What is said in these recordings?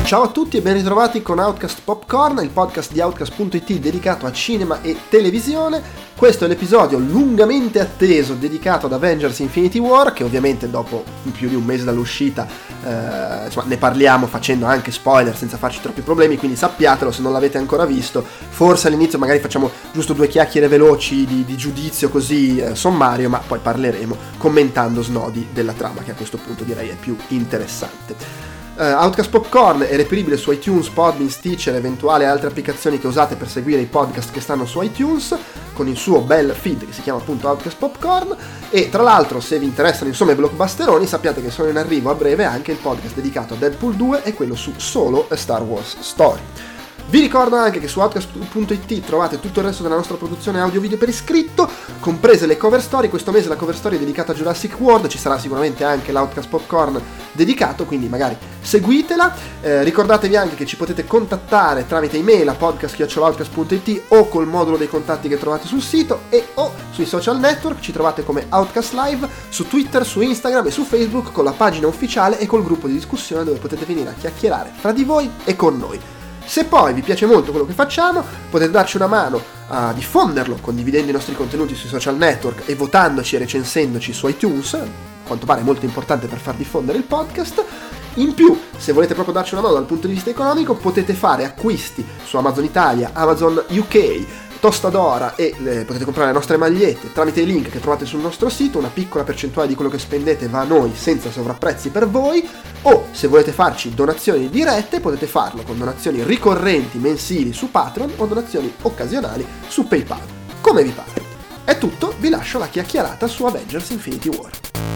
Ciao a tutti e ben ritrovati con Outcast Popcorn, il podcast di Outcast.it dedicato a cinema e televisione. Questo è l'episodio lungamente atteso dedicato ad Avengers Infinity War, che ovviamente dopo più di un mese dall'uscita ne parliamo facendo anche spoiler senza farci troppi problemi, quindi sappiatelo se non l'avete ancora visto. Forse all'inizio magari facciamo giusto due chiacchiere veloci di giudizio così sommario, ma poi parleremo commentando snodi della trama, che a questo punto direi è più interessante. Outcast Popcorn è reperibile su iTunes, Podbean, Stitcher e eventuali altre applicazioni che usate per seguire i podcast che stanno su iTunes, con il suo bel feed che si chiama appunto Outcast Popcorn. E tra l'altro, se vi interessano insomma i blockbusteroni, sappiate che sono in arrivo a breve anche il podcast dedicato a Deadpool 2 e quello su Solo a Star Wars Story. Vi ricordo anche che su Outcast.it trovate tutto il resto della nostra produzione audio-video per iscritto, comprese le cover story. Questo mese la cover story è dedicata a Jurassic World, ci sarà sicuramente anche l'Outcast Popcorn dedicato, quindi magari seguitela. Ricordatevi anche che ci potete contattare tramite email a podcast@outcast.it o col modulo dei contatti che trovate sul sito e o sui social network. Ci trovate come Outcast Live su Twitter, su Instagram e su Facebook, con la pagina ufficiale e col gruppo di discussione dove potete venire a chiacchierare fra di voi e con noi. Se poi vi piace molto quello che facciamo, potete darci una mano a diffonderlo condividendo i nostri contenuti sui social network e votandoci e recensendoci su iTunes, a quanto pare molto importante per far diffondere il podcast. In più, se volete proprio darci una mano dal punto di vista economico, potete fare acquisti su Amazon Italia, Amazon UK, Tostadora e potete comprare le nostre magliette tramite i link che trovate sul nostro sito. Una piccola percentuale di quello che spendete va a noi senza sovrapprezzi per voi. O se volete farci donazioni dirette, potete farlo con donazioni ricorrenti mensili su Patreon o donazioni occasionali su PayPal, come vi pare. È tutto, vi lascio la chiacchierata su Avengers Infinity War.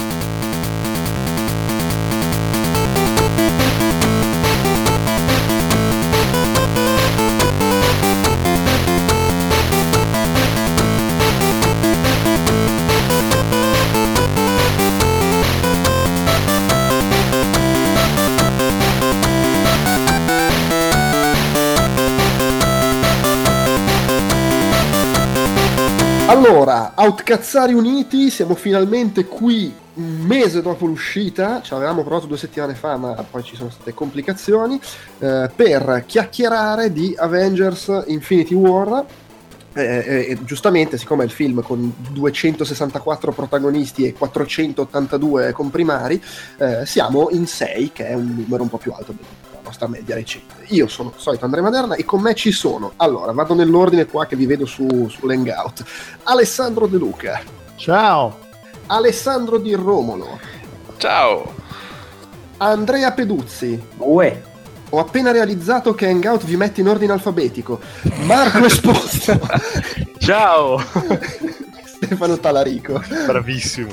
Allora, Outcazzari uniti, siamo finalmente qui un mese dopo l'uscita. Ci avevamo provato 2 settimane fa, ma poi ci sono state complicazioni, per chiacchierare di Avengers Infinity War. Giustamente, siccome è il film con 264 protagonisti e 482 comprimari, siamo in 6, che è un numero un po' più alto della nostra media recente. Io sono il solito Andrea Maderna e con me ci sono, allora vado nell'ordine qua che vi vedo sull'hangout: Alessandro De Luca. Ciao. Alessandro Di Romolo. Ciao. Andrea Peduzzi. Uè. Ho appena realizzato che Hangout vi mette in ordine alfabetico. Marco Esposto. Ciao. Stefano Talarico. Bravissimo.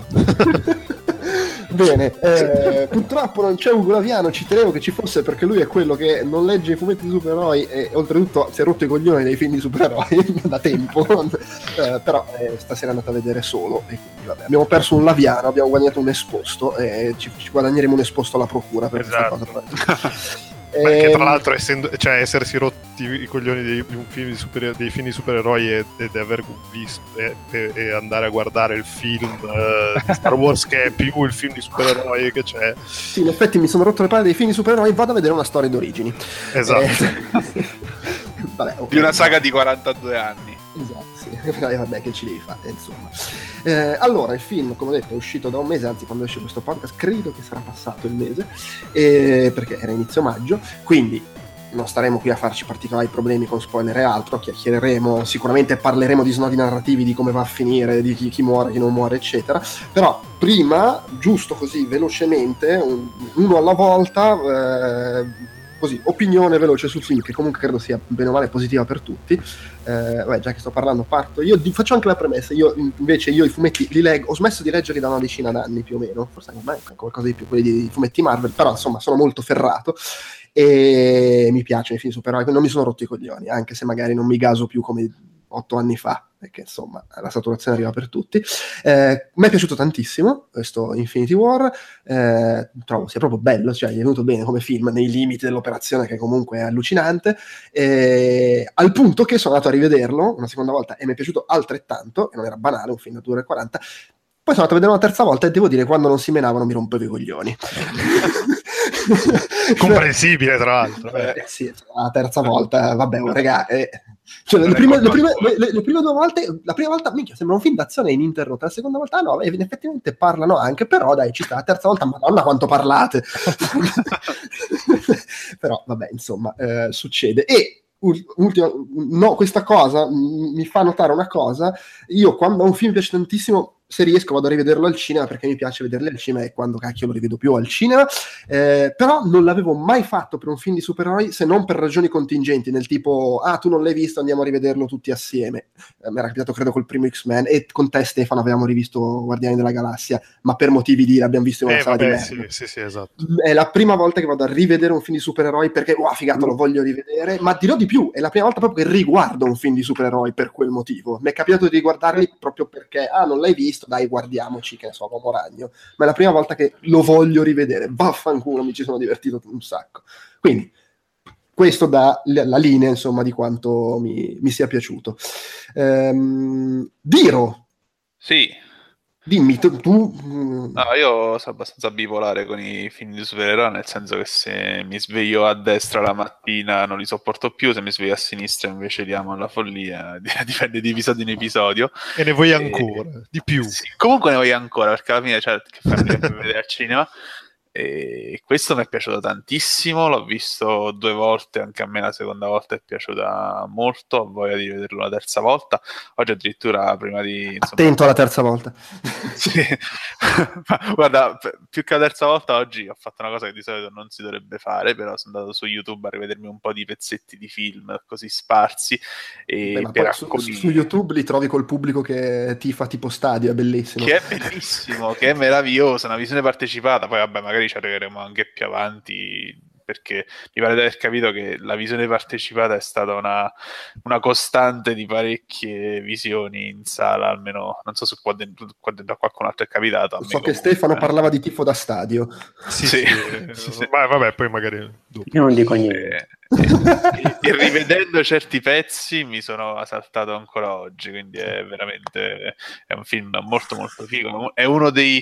Bene, purtroppo non c'è Ugo Laviano, ci tenevo che ci fosse perché lui è quello che non legge i fumetti di supereroi e oltretutto si è rotto i coglioni dei film di supereroi da tempo, però stasera è andato a vedere Solo e quindi vabbè, abbiamo perso un Laviano, abbiamo guadagnato un Esposto e ci guadagneremo un Esposto alla procura per esatto. Questa cosa. Perché tra l'altro essersi rotti i coglioni dei film di supereroi ed aver visto e andare a guardare il film di Star Wars che è più il film di supereroi che c'è. Sì, in effetti mi sono rotto le palle dei film di supereroi, vado a vedere una storia d'origini. Esatto. Vabbè, okay. Di una saga di 42 anni. Esatto, sì. Vabbè, che ci devi fare, insomma. Allora, il film, come ho detto, è uscito da un mese, anzi quando esce questo podcast credo che sarà passato il mese, perché era inizio maggio, quindi non staremo qui a farci particolari problemi con spoiler e altro, chiacchiereremo, sicuramente parleremo di snodi narrativi, di come va a finire, di chi muore, chi non muore, eccetera. Però prima, giusto così, velocemente, uno alla volta, così, opinione veloce sul film, che comunque credo sia bene o male positiva per tutti. Già che sto parlando parto io, faccio anche la premessa. Io i fumetti li leggo, ho smesso di leggerli da una decina d'anni più o meno, forse ormai qualcosa di più, quelli di fumetti Marvel, però insomma sono molto ferrato e mi piacciono i film supereroi, non mi sono rotto i coglioni, anche se magari non mi gaso più come 8 anni fa, perché insomma la saturazione arriva per tutti. Mi è piaciuto tantissimo questo Infinity War, trovo sia proprio bello, cioè gli è venuto bene come film nei limiti dell'operazione, che comunque è allucinante, al punto che sono andato a rivederlo una seconda volta e mi è piaciuto altrettanto, e non era banale, un film da 2 ore e 40. Poi sono andato a vedere una terza volta e devo dire, quando non si menavano mi rompevo i coglioni. Comprensibile, tra l'altro. Sì, la terza volta, vabbè, raga, cioè, le prime due volte, la prima volta, minchia, sembra un film d'azione ininterrotto, la seconda volta no, effettivamente parlano anche, però dai, ci sta, la terza volta, madonna quanto parlate. Però, vabbè, insomma, succede. E ultima, no, questa cosa mi fa notare una cosa: io quando un film piace tantissimo, se riesco vado a rivederlo al cinema, perché mi piace vederli al cinema, e quando cacchio lo rivedo più al cinema, però non l'avevo mai fatto per un film di supereroi, se non per ragioni contingenti, nel tipo, tu non l'hai visto, andiamo a rivederlo tutti assieme. Mi era capitato credo col primo X-Men, e con te Stefano avevamo rivisto Guardiani della Galassia, ma per motivi di l'abbiamo visto in una sala di merda. Sì, esatto. È la prima volta che vado a rivedere un film di supereroi perché, figato, lo voglio rivedere, ma dirò di più, è la prima volta proprio che riguardo un film di supereroi per quel motivo. Mi è capitato di riguardarli proprio perché, non l'hai visto, dai, guardiamoci, che ne so, Uomo Ragno. Ma è la prima volta che lo voglio rivedere. Vaffanculo, mi ci sono divertito un sacco. Quindi, questo dà la linea, insomma, di quanto mi sia piaciuto. Diro. Sì. Dimmi, tu... No, io sono abbastanza bipolare con i film di supereroi, nel senso che se mi sveglio a destra la mattina non li sopporto più, se mi sveglio a sinistra invece li amo alla follia, dipende di episodio in episodio. E ne vuoi ancora, di più. Sì, comunque ne voglio ancora, perché alla fine c'è che fare per vedere al cinema. E questo mi è piaciuto tantissimo, l'ho visto 2 volte, anche a me la seconda volta è piaciuta molto, ho voglia di vederlo la terza volta. Oggi addirittura prima di... Attento alla terza volta. Sì. Ma, guarda, più che la terza volta oggi ho fatto una cosa che di solito non si dovrebbe fare, però sono andato su YouTube a rivedermi un po' di pezzetti di film così sparsi. E ma per alcuni... su YouTube li trovi col pubblico che tifa tipo stadio, è bellissimo. Che è bellissimo, che è meraviglioso, una visione partecipata, poi vabbè magari ci arriveremo anche più avanti, perché mi pare di aver capito che la visione partecipata è stata una costante di parecchie visioni in sala, almeno non so se qua dentro a qualcun altro è capitato. So che Stefano parlava di tifo da stadio. Sì. Ma vabbè, poi magari dopo. Io non dico niente. E rivedendo certi pezzi mi sono saltato ancora oggi, quindi è veramente è un film molto molto figo, è uno dei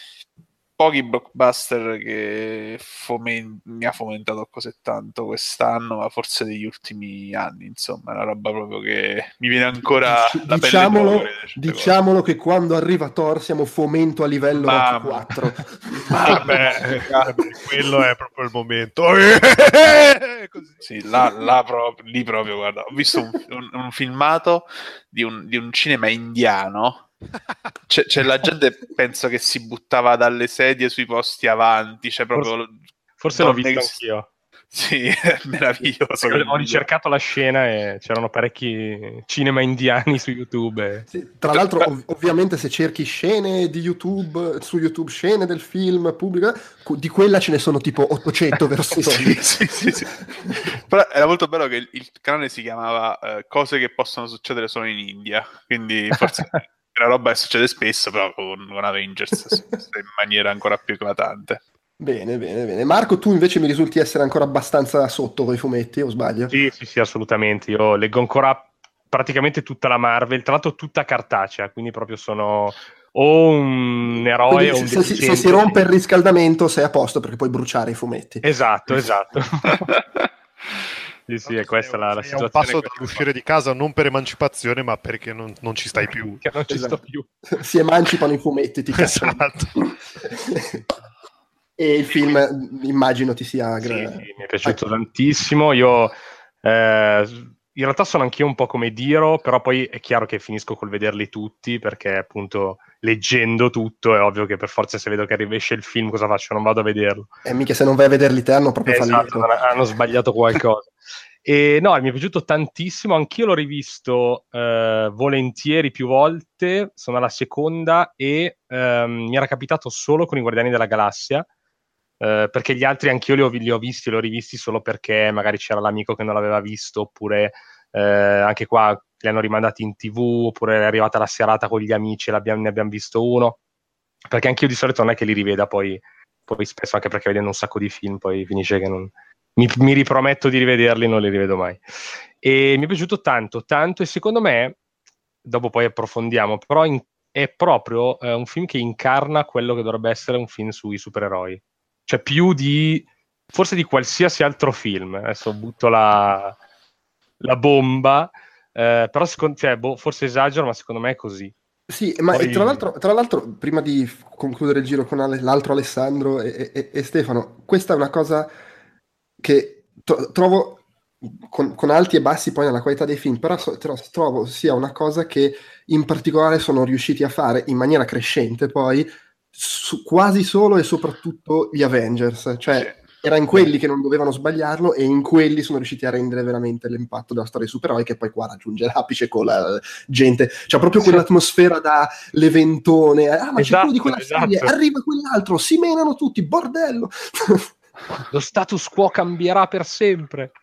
pochi blockbuster che mi ha fomentato così tanto quest'anno, ma forse degli ultimi anni, insomma, è una roba proprio che mi viene ancora la diciamolo che quando arriva Thor siamo fomento a livello Rocky 4. Vabbè, quello è proprio il momento. Così. Sì, lì proprio, guarda, ho visto un filmato di un cinema indiano. C'è la gente, penso che si buttava dalle sedie sui posti avanti, cioè proprio forse l'ho visto anch'io. Sì, è meraviglioso. Ho ricercato la scena e c'erano parecchi cinema indiani su YouTube. Sì, tra l'altro, ovviamente, se cerchi scene di YouTube, su YouTube, scene del film pubblico, di quella ce ne sono tipo 800 versioni. sì. Però era molto bello che il canale si chiamava Cose che possono succedere solo in India, quindi forse è una roba che succede spesso, però con Avengers in maniera ancora più eclatante. Bene. Marco, tu invece mi risulti essere ancora abbastanza sotto con i fumetti, o sbaglio? Sì, assolutamente. Io leggo ancora praticamente tutta la Marvel, tra l'altro tutta cartacea, quindi proprio sono o un eroe o un deficiente. Se si rompe il riscaldamento sei a posto, perché puoi bruciare i fumetti. Esatto. Sì, è questa la situazione. È un passo dall'uscire di casa non per emancipazione, ma perché non ci stai più. Che non ci sto più. Si emancipano i fumetti, ti cacciano. Esatto. E il film, immagino ti sia... Sì, mi è piaciuto tantissimo. Io in realtà sono anch'io un po' come Diro, però poi è chiaro che finisco col vederli tutti, perché appunto leggendo tutto è ovvio che per forza, se vedo che esce il film, cosa faccio? Non vado a vederlo. E mica se non vai a vederli te hanno proprio fallito. Hanno sbagliato qualcosa. E no, mi è piaciuto tantissimo, anch'io l'ho rivisto volentieri più volte, sono alla seconda e mi era capitato solo con i Guardiani della Galassia, perché gli altri anch'io li ho visti, li ho rivisti solo perché magari c'era l'amico che non l'aveva visto, oppure anche qua li hanno rimandati in TV, oppure è arrivata la serata con gli amici e ne abbiamo visto uno, perché anch'io di solito non è che li riveda poi spesso, anche perché vedendo un sacco di film poi finisce che non... Mi riprometto di rivederli, non li rivedo mai. E mi è piaciuto tanto, e secondo me, dopo poi approfondiamo, però è proprio un film che incarna quello che dovrebbe essere un film sui supereroi. Cioè più di forse di qualsiasi altro film. Adesso butto la bomba, però forse esagero, ma secondo me è così. Sì, ma Poi... tra l'altro, prima di concludere il giro con l'altro Alessandro e Stefano, questa è una cosa che trovo con alti e bassi poi nella qualità dei film, però trovo sia una cosa che in particolare sono riusciti a fare in maniera crescente poi quasi solo e soprattutto gli Avengers, cioè era in quelli che non dovevano sbagliarlo e in quelli sono riusciti a rendere veramente l'impatto della storia dei supereroi, che poi qua raggiunge l'apice con la gente, cioè proprio quell'atmosfera da l'eventone, ma c'è quello di quella serie, arriva quell'altro, si menano tutti, bordello. Lo status quo cambierà per sempre.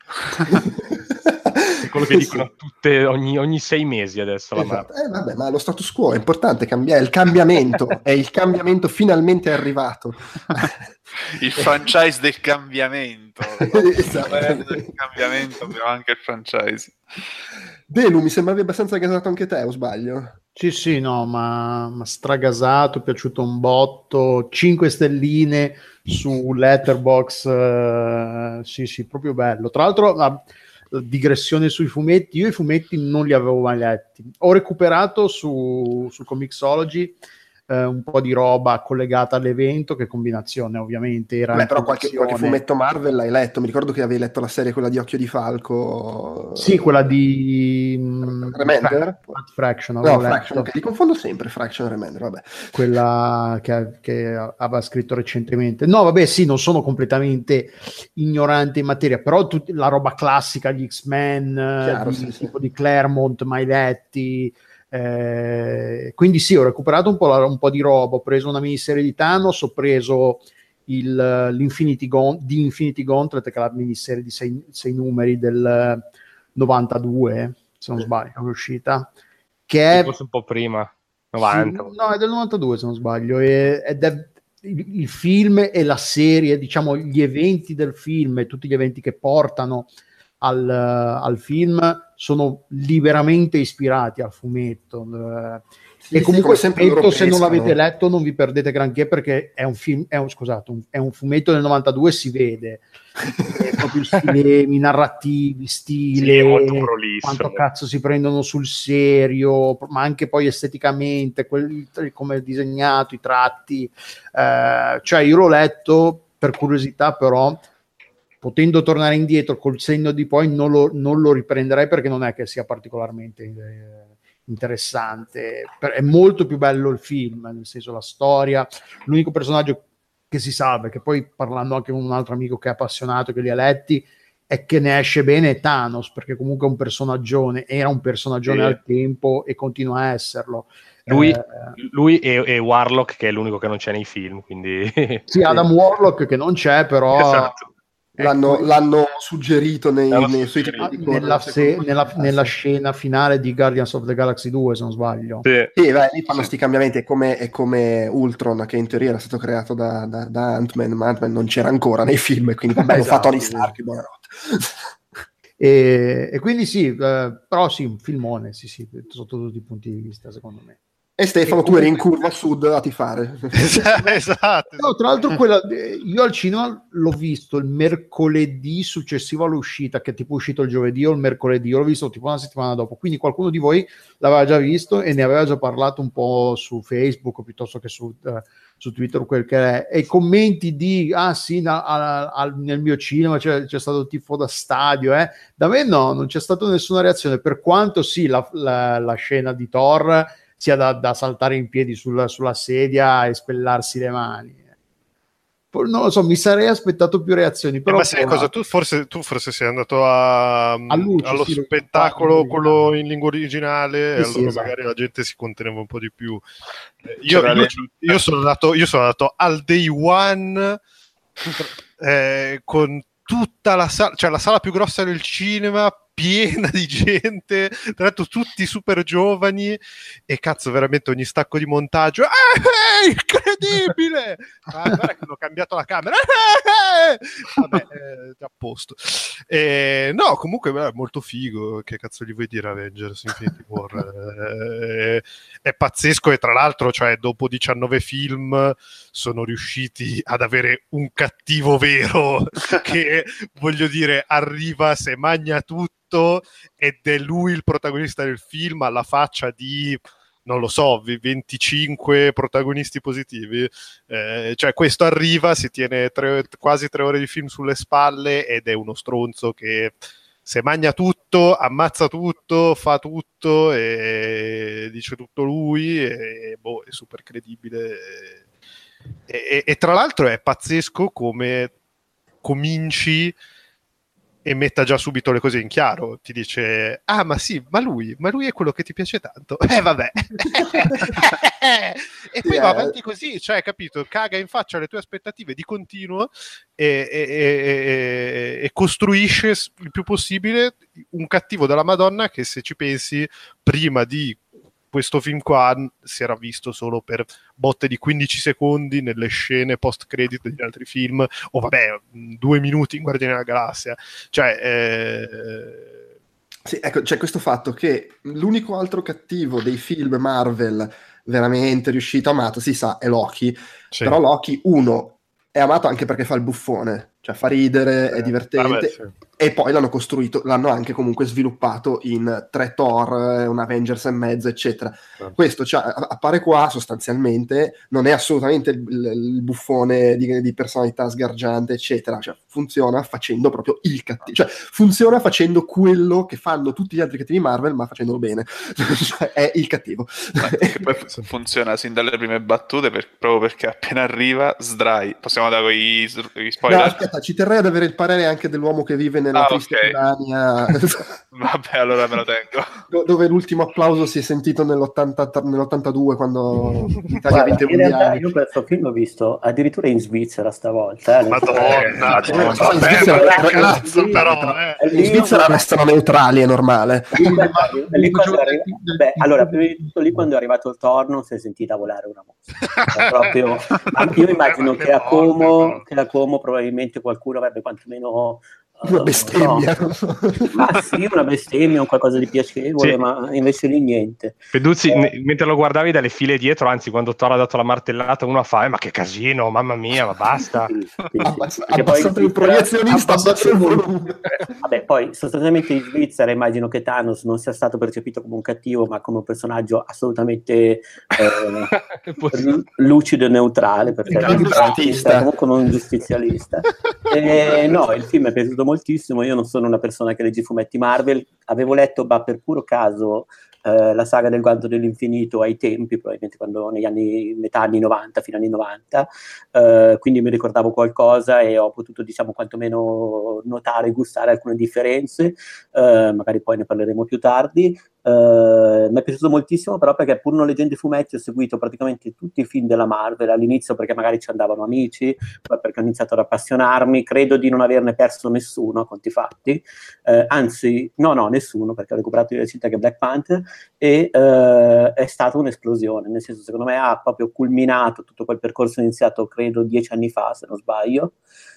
È quello che dicono tutte ogni 6 mesi adesso. Esatto. Vabbè, ma lo status quo è importante, è il cambiamento, è il cambiamento finalmente arrivato. Il franchise del cambiamento. Esatto. Del cambiamento abbiamo anche il franchise. Delu, mi sembravi abbastanza gasato anche te, o sbaglio? Sì, no, ma stragasato, piaciuto un botto, 5 stelline su Letterboxd, sì, proprio bello. Tra l'altro, la digressione sui fumetti, io i fumetti non li avevo mai letti. Ho recuperato su Comixology un po' di roba collegata all'evento, che combinazione ovviamente era. Beh, però qualche fumetto Marvel l'hai letto, mi ricordo che avevi letto la serie quella di Occhio di Falco. Sì, quella di Remender? Fraction, Fraction, li confondo sempre, Fraction e Remender, vabbè. Quella che aveva scritto recentemente. No, vabbè, sì, non sono completamente ignorante in materia, però la roba classica, gli X-Men, tipo di Claremont, mai letti. Quindi sì, ho recuperato un po' di roba, ho preso una miniserie di Thanos, ho preso l'Infinity Gauntlet, che è la miniserie di 6 numeri del 92, se non sbaglio, è uscita, che è forse un po' prima, 90. Sì, no, è del 92 se non sbaglio, ed è il film e la serie, diciamo gli eventi del film e tutti gli eventi che portano al film sono liberamente ispirati al fumetto. E comunque il fumetto, se non l'avete letto, non vi perdete granché, perché è un film, è un fumetto del 92, si vede proprio stilemi narrativi, stile, quanto cazzo si prendono sul serio, ma anche poi esteticamente, come è disegnato, i tratti, cioè io l'ho letto per curiosità, però potendo tornare indietro col senno di poi non lo riprenderei, perché non è che sia particolarmente interessante. È molto più bello il film, nel senso, la storia, l'unico personaggio che si salva, che poi, parlando anche con un altro amico che è appassionato, che li ha letti, è che ne esce bene, è Thanos, perché comunque è un personaggione, era un personaggione al tempo e continua a esserlo. Lui e Warlock, che è l'unico che non c'è nei film, quindi sì, Adam Warlock che non c'è, però esatto. L'hanno suggerito nella scena finale di Guardians of the Galaxy 2, se non sbaglio. Lì fanno sti cambiamenti, è come Ultron, che in teoria era stato creato da Ant-Man, ma Ant-Man non c'era ancora nei film, quindi l'ho fatto Tony Stark, buonanotte. E quindi sì, però sì, un filmone, sì, sotto tutti i punti di vista, secondo me. E Stefano, tu eri in curva sud a tifare. Esatto. No, tra l'altro io al cinema l'ho visto il mercoledì successivo all'uscita, che è tipo uscito il giovedì o il mercoledì, io l'ho visto tipo una settimana dopo, quindi qualcuno di voi l'aveva già visto e ne aveva già parlato un po' su Facebook o piuttosto che su Twitter, quel che è, e i commenti di sì, nel mio cinema c'è stato il tifo da stadio, da me no, non c'è stata nessuna reazione, per quanto sì, la scena di Thor sia da saltare in piedi sulla sedia e spellarsi le mani. Non lo so, mi sarei aspettato più reazioni, però ma sai cosa, tu forse sei andato allo spettacolo, quello in lingua originale, e allora esatto, magari la gente si conteneva un po' di più. Io sono andato al day one con tutta la sala, cioè la sala più grossa del cinema, piena di gente, tra l'altro tutti super giovani, e cazzo, veramente ogni stacco di montaggio incredibile! Guarda che hanno cambiato la camera. Vabbè, a posto. No, comunque è molto figo. Che cazzo gli vuoi dire Avengers Infinity War? È pazzesco, e tra l'altro, cioè, dopo 19 film sono riusciti ad avere un cattivo vero che, voglio dire, arriva, se magna tutto, ed è lui il protagonista del film, alla faccia di, non lo so, 25 protagonisti positivi. Cioè, questo arriva, si tiene quasi 3 ore di film sulle spalle, ed è uno stronzo che se magna tutto, ammazza tutto, fa tutto e dice tutto lui, e boh, è super credibile. E tra l'altro è pazzesco come cominci e metta già subito le cose in chiaro. Ti dice: ah, ma sì, ma lui è quello che ti piace tanto. Vabbè. E poi va avanti così, cioè, capito? Caga in faccia le tue aspettative di continuo e costruisce il più possibile un cattivo della Madonna che, se ci pensi, prima di questo film qua si era visto solo per botte di 15 secondi nelle scene post credit degli altri film, o vabbè, 2 minuti in Guardiani della Galassia, cioè sì, ecco, c'è questo fatto che l'unico altro cattivo dei film Marvel veramente riuscito, amato, si sa, è Loki. sì. Però Loki, uno, è amato anche perché fa il buffone, cioè fa ridere, è divertente, vabbè, sì. e poi l'hanno anche comunque sviluppato in 3 Thor, un Avengers e mezzo, eccetera. Questo, cioè, appare qua sostanzialmente, non è assolutamente il buffone di personalità sgargiante, eccetera, cioè funziona facendo proprio il cattivo, cioè funziona facendo quello che fanno tutti gli altri cattivi Marvel, ma facendolo bene. Cioè, è il cattivo. Che poi funziona sin dalle prime battute, proprio perché appena arriva sdrai. Possiamo dare i spoiler? No, aspetta, ci terrei ad avere il parere anche dell'uomo che vive nella triste Urania. Vabbè, allora me lo tengo. Dove l'ultimo applauso si è sentito nell'82, quando l'Italia ha vinto i in realtà mondiali. io questo film l'ho visto addirittura in Svizzera stavolta. Madonna, In Svizzera, ragazzi, in Svizzera restano neutrali, è normale. Allora, prima di tutto, lì quando è arrivato il torno si è sentita volare una mosca. Proprio, io immagino che a Como probabilmente qualcuno avrebbe quantomeno una bestemmia, no. Ma sì, una bestemmia, un qualcosa di piacevole, sì. Ma invece lì niente. Peduzzi, mentre lo guardavi dalle file dietro, anzi, quando Thor ha dato la martellata, uno fa: ma che casino, mamma mia, ma basta. Abbassate il proiezionista, abbassate il volume. Vabbè, poi sostanzialmente in Svizzera immagino che Thanos non sia stato percepito come un cattivo, ma come un personaggio assolutamente lucido e neutrale, perché è comunque un giustizialista. No, il film è piaciuto moltissimo. Io non sono una persona che legge fumetti Marvel, avevo letto per puro caso la saga del Guanto dell'Infinito ai tempi, probabilmente quando metà anni 90, fino anni 90, quindi mi ricordavo qualcosa e ho potuto, diciamo, quantomeno notare e gustare alcune differenze, magari poi ne parleremo più tardi. Mi è piaciuto moltissimo, però, perché pur non leggendo i fumetti ho seguito praticamente tutti i film della Marvel all'inizio, perché magari ci andavano amici, poi perché ho iniziato ad appassionarmi. Credo di non averne perso nessuno, a conti fatti, anzi no, nessuno, perché ho recuperato di recente anche Black Panther, e è stata un'esplosione, nel senso, secondo me ha proprio culminato tutto quel percorso iniziato credo 10 anni fa, se non sbaglio,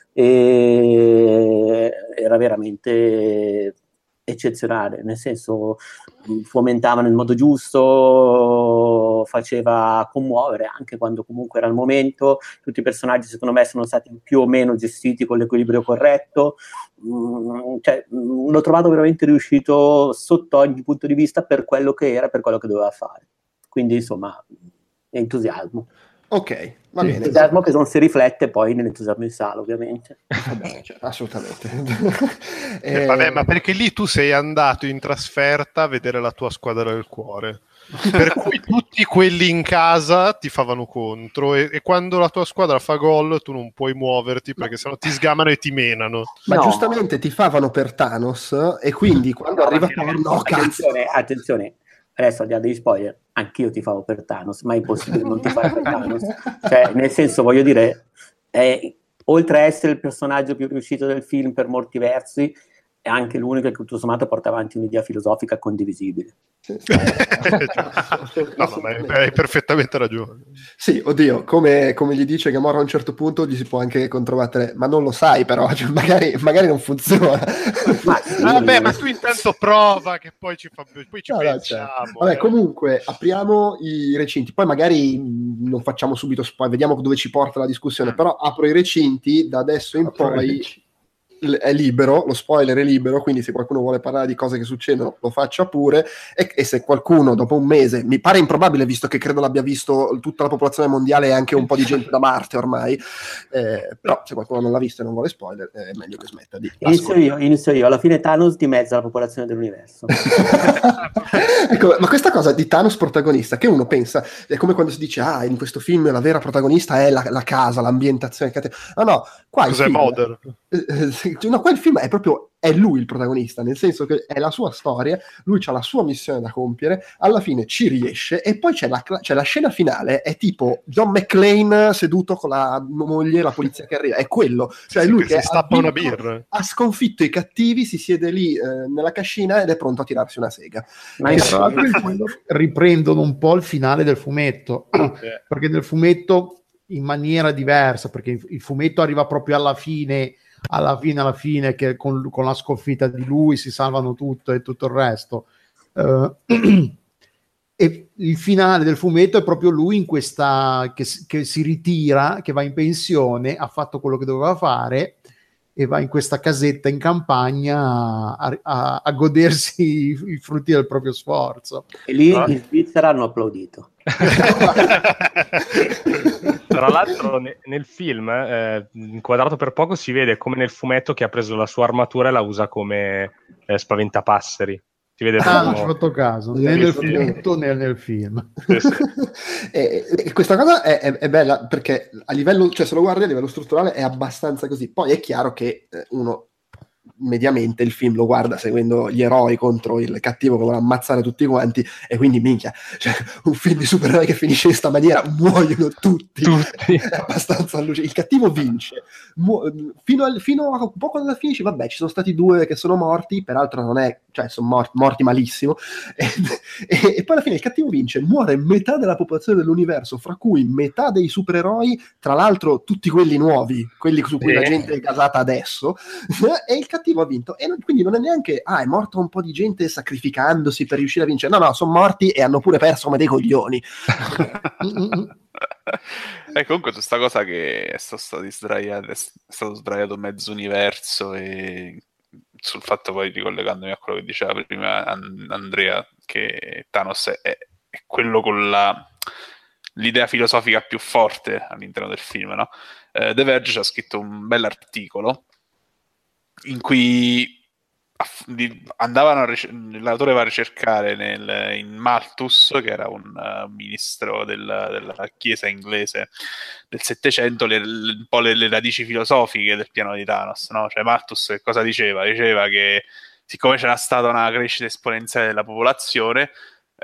e era veramente eccezionale, nel senso, fomentava nel modo giusto, faceva commuovere anche quando comunque era il momento. Tutti i personaggi, secondo me, sono stati più o meno gestiti con l'equilibrio corretto, cioè, l'ho trovato veramente riuscito sotto ogni punto di vista, per quello che era, per quello che doveva fare. Quindi, insomma, entusiasmo. Ok, va bene. Entusiasmo che non si riflette poi nell'entusiasmo in sala, ovviamente. Vabbè, cioè, assolutamente. Vabbè, ma perché lì tu sei andato in trasferta a vedere la tua squadra del cuore, per cui tutti quelli in casa ti favano contro, e quando la tua squadra fa gol tu non puoi muoverti, perché sennò ti sgamano e ti menano. Ma no, giustamente ti favano per Thanos, e quindi quando arriva Thor, no, cazzo. Attenzione. Adesso, al di là degli spoiler, anch'io ti favo per Thanos, ma è impossibile non ti fare per Thanos. Cioè, nel senso, voglio dire, oltre a essere il personaggio più riuscito del film per molti versi, è anche l'unico che tutto sommato porta avanti un'idea filosofica condivisibile. No, ma hai perfettamente ragione. Sì, oddio, come gli dice Gamora a un certo punto, gli si può anche controbattere, ma non lo sai però, cioè, magari non funziona. Ma tu intanto prova che poi ci pensiamo. Certo. Vabbè, comunque apriamo i recinti, poi magari non facciamo subito spoiler, vediamo dove ci porta la discussione, però apro i recinti da adesso in poi. È libero, lo spoiler è libero, quindi se qualcuno vuole parlare di cose che succedono lo faccia pure, e se qualcuno dopo un mese, mi pare improbabile visto che credo l'abbia visto tutta la popolazione mondiale e anche un po' di gente da Marte ormai, però se qualcuno non l'ha visto e non vuole spoiler è meglio che smetta di inizio io, alla fine Thanos dimezza la popolazione dell'universo. Ecco, ma questa cosa di Thanos protagonista, che uno pensa, è come quando si dice in questo film la vera protagonista è la casa, l'ambientazione, no, qua cos'è Mother? No, qua il film è lui il protagonista, nel senso che è la sua storia, lui ha la sua missione da compiere, alla fine ci riesce, e poi c'è la scena finale, è tipo John McClane seduto con la moglie e la polizia che arriva, è quello, cioè lui che si stappa una birra, ha sconfitto i cattivi, si siede lì nella cascina ed è pronto a tirarsi una sega. Ma riprendono un po' il finale del fumetto, perché nel fumetto in maniera diversa, perché il fumetto arriva proprio alla fine che con la sconfitta di lui si salvano tutto e tutto il resto, e il finale del fumetto è proprio lui in questa che si ritira, che va in pensione, ha fatto quello che doveva fare e va in questa casetta in campagna a godersi i frutti del proprio sforzo. E lì in Svizzera hanno applaudito. Tra l'altro nel film, inquadrato per poco, si vede come nel fumetto che ha preso la sua armatura e la usa come spaventapasseri. Si vede non ci ho fatto caso, né nel fumetto né nel film. E questa cosa è bella perché a livello, cioè se lo guardi a livello strutturale è abbastanza così. Poi è chiaro che uno mediamente il film lo guarda seguendo gli eroi contro il cattivo che vuole ammazzare tutti quanti, e quindi minchia, cioè, un film di supereroi che finisce in sta maniera, muoiono tutti. È abbastanza allucinante. Il cattivo vince fino a poco alla fine, vabbè, ci sono stati 2 che sono morti, peraltro non è, cioè sono morti malissimo, e poi alla fine il cattivo vince, muore metà della popolazione dell'universo, fra cui metà dei supereroi, tra l'altro tutti quelli nuovi, quelli su cui la gente è casata adesso, e il cattivo ha vinto, e quindi non è neanche è morto un po' di gente sacrificandosi per riuscire a vincere, no, sono morti e hanno pure perso come dei coglioni. Comunque questa cosa che è stato sdraiato mezzo universo, e sul fatto, poi ricollegandomi a quello che diceva prima Andrea, che Thanos è quello con l'idea filosofica più forte all'interno del film, no? The Verge ci ha scritto un bell'articolo in cui l'autore va a ricercare in Malthus, che era un ministro della chiesa inglese del Settecento, un po' le radici filosofiche del piano di Thanos, no? Cioè Malthus che cosa diceva? Diceva che siccome c'era stata una crescita esponenziale della popolazione,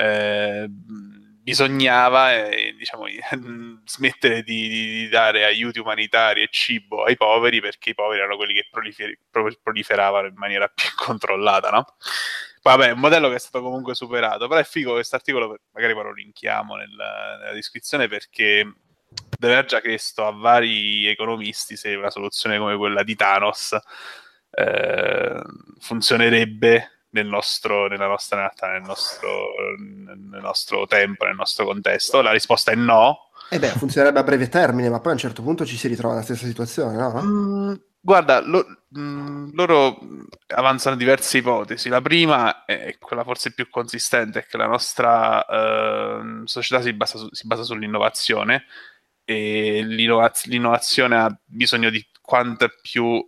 bisognava smettere di dare aiuti umanitari e cibo ai poveri, perché i poveri erano quelli che proliferavano in maniera più controllata, no? Poi vabbè, è un modello che è stato comunque superato, però è figo questo articolo, magari poi lo linkiamo nella descrizione, perché The Verge ha chiesto a vari economisti se una soluzione come quella di Thanos funzionerebbe nella nostra realtà, nel nostro tempo, nel nostro contesto. La risposta è no. Funzionerebbe a breve termine, ma poi a un certo punto ci si ritrova nella stessa situazione, no? Guarda, loro avanzano diverse ipotesi. La prima è quella forse più consistente, è che la nostra società si basa sull'innovazione, e l'innovazione ha bisogno di quante più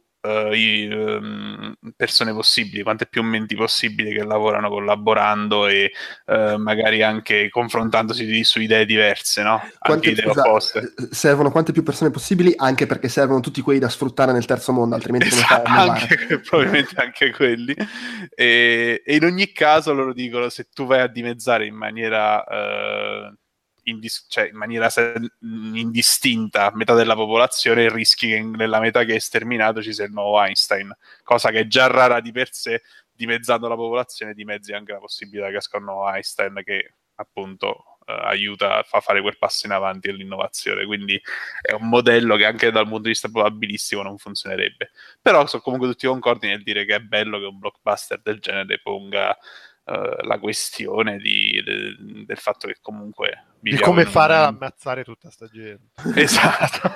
persone possibili, quante più menti possibili che lavorano collaborando e magari anche confrontandosi su idee diverse, no? Anche idee opposte. Servono quante più persone possibili, anche perché servono tutti quelli da sfruttare nel terzo mondo, altrimenti come fai a innovare? Probabilmente anche quelli. E in ogni caso loro dicono, se tu vai a dimezzare in maniera cioè in maniera indistinta metà della popolazione, e rischi che nella metà che è sterminato ci sia il nuovo Einstein, cosa che è già rara di per sé. Dimezzando la popolazione dimezzi anche la possibilità che esca un nuovo Einstein, che appunto aiuta, fa fare quel passo in avanti all'innovazione. Quindi è un modello che anche dal punto di vista probabilistico non funzionerebbe, però sono comunque tutti concordi nel dire che è bello che un blockbuster del genere ponga la questione del fatto che comunque di come fare ad ammazzare tutta sta gente. Esatto.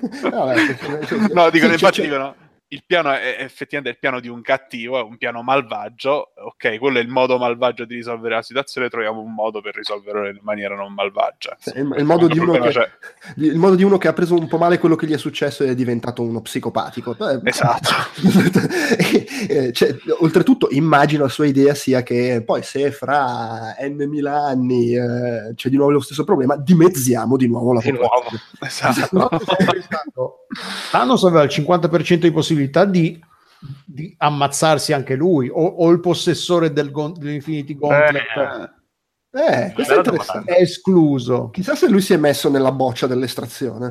No, dicono, infatti dicono il piano è effettivamente il piano di un cattivo, è un piano malvagio, ok, quello è il modo malvagio di risolvere la situazione, troviamo un modo per risolverlo in maniera non malvagia. Il modo di uno che ha preso un po' male quello che gli è successo ed è diventato uno psicopatico. Esatto. Cioè, oltretutto immagino la sua idea sia che poi se fra n mila anni c'è di nuovo lo stesso problema, dimezziamo di nuovo la popolazione. Esatto. Thanos aveva il 50% di possibilità di ammazzarsi anche lui, o il possessore dell'Infinity Gauntlet. Questo è interessante. È escluso. Chissà se lui si è messo nella boccia dell'estrazione.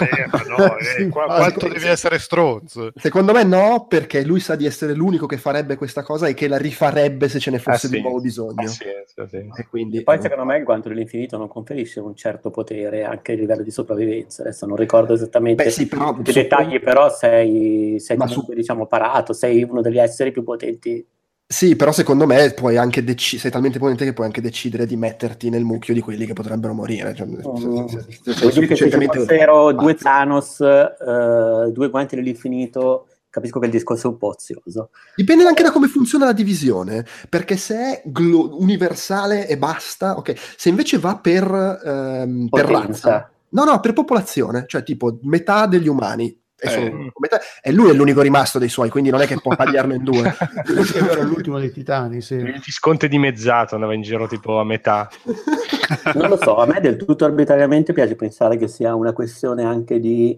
Quanto devi essere stronzo? Secondo me no, perché lui sa di essere l'unico che farebbe questa cosa e che la rifarebbe se ce ne fosse di nuovo bisogno. E quindi, poi secondo me il guanto dell'infinito non conferisce un certo potere anche a livello di sopravvivenza. Adesso non ricordo esattamente i dettagli, però sei comunque diciamo parato, sei uno degli esseri più potenti. Sì, però secondo me puoi anche sei talmente potente che puoi anche decidere di metterti nel mucchio di quelli che potrebbero morire. Cioè, vuol dire che se ci fossero due Thanos, due guanti dell'infinito, capisco che il discorso è un po' ozioso. Dipende anche da come funziona la divisione, perché se è universale e basta, ok. Se invece va per razza, no, per popolazione, cioè tipo metà degli umani. E lui è l'unico rimasto dei suoi, quindi non è che può tagliarlo in due. Era l'ultimo dei titani, sì. Il Visconte dimezzato andava in giro tipo a metà. Non lo so, a me del tutto arbitrariamente piace pensare che sia una questione anche di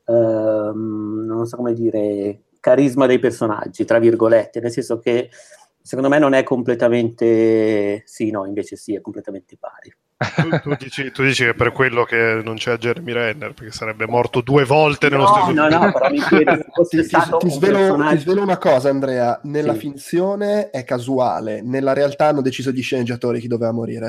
non so come dire, carisma dei personaggi, tra virgolette, nel senso che secondo me non è completamente invece sì, è completamente pari. Tu dici che per quello che non c'è Jeremy Renner, perché sarebbe morto 2 volte nello stesso film. No, però mi chiedo se fosse stato ti svelo una cosa, Andrea, nella finzione è casuale, nella realtà hanno deciso gli sceneggiatori chi doveva morire.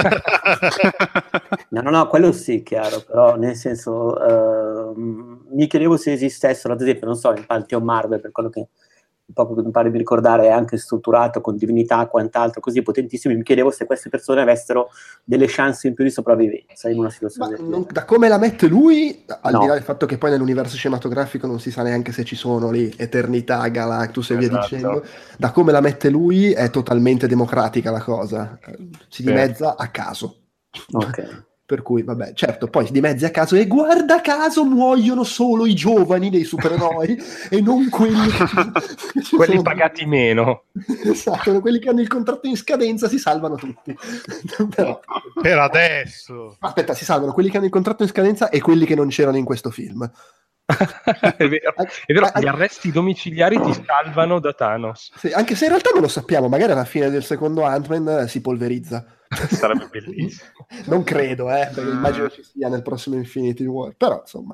No, quello sì, chiaro, però nel senso mi chiedevo se esistessero, ad esempio, non so, in Pantheon Marvel, per quello che proprio mi pare di ricordare è anche strutturato con divinità e quant'altro così potentissimi, mi chiedevo se queste persone avessero delle chance in più di sopravvivenza in una situazione da come la mette lui, al di là del fatto che poi nell'universo cinematografico non si sa neanche se ci sono lì eternità, Galactus e via dicendo, da come la mette lui è totalmente democratica la cosa, si dimezza a caso. Ok. Per cui, vabbè, certo, poi di mezzi a caso, e guarda caso muoiono solo i giovani dei supereroi e non quelli quelli pagati meno. Esatto, quelli che hanno il contratto in scadenza si salvano tutti. Però, per adesso. Aspetta, si salvano quelli che hanno il contratto in scadenza e quelli che non c'erano in questo film. È vero, gli arresti domiciliari ti salvano da Thanos. Sì, anche se in realtà non lo sappiamo, magari alla fine del secondo Ant-Man si polverizza. Sarebbe bellissimo. Non credo, perché immagino ci sia nel prossimo Infinity War, però insomma.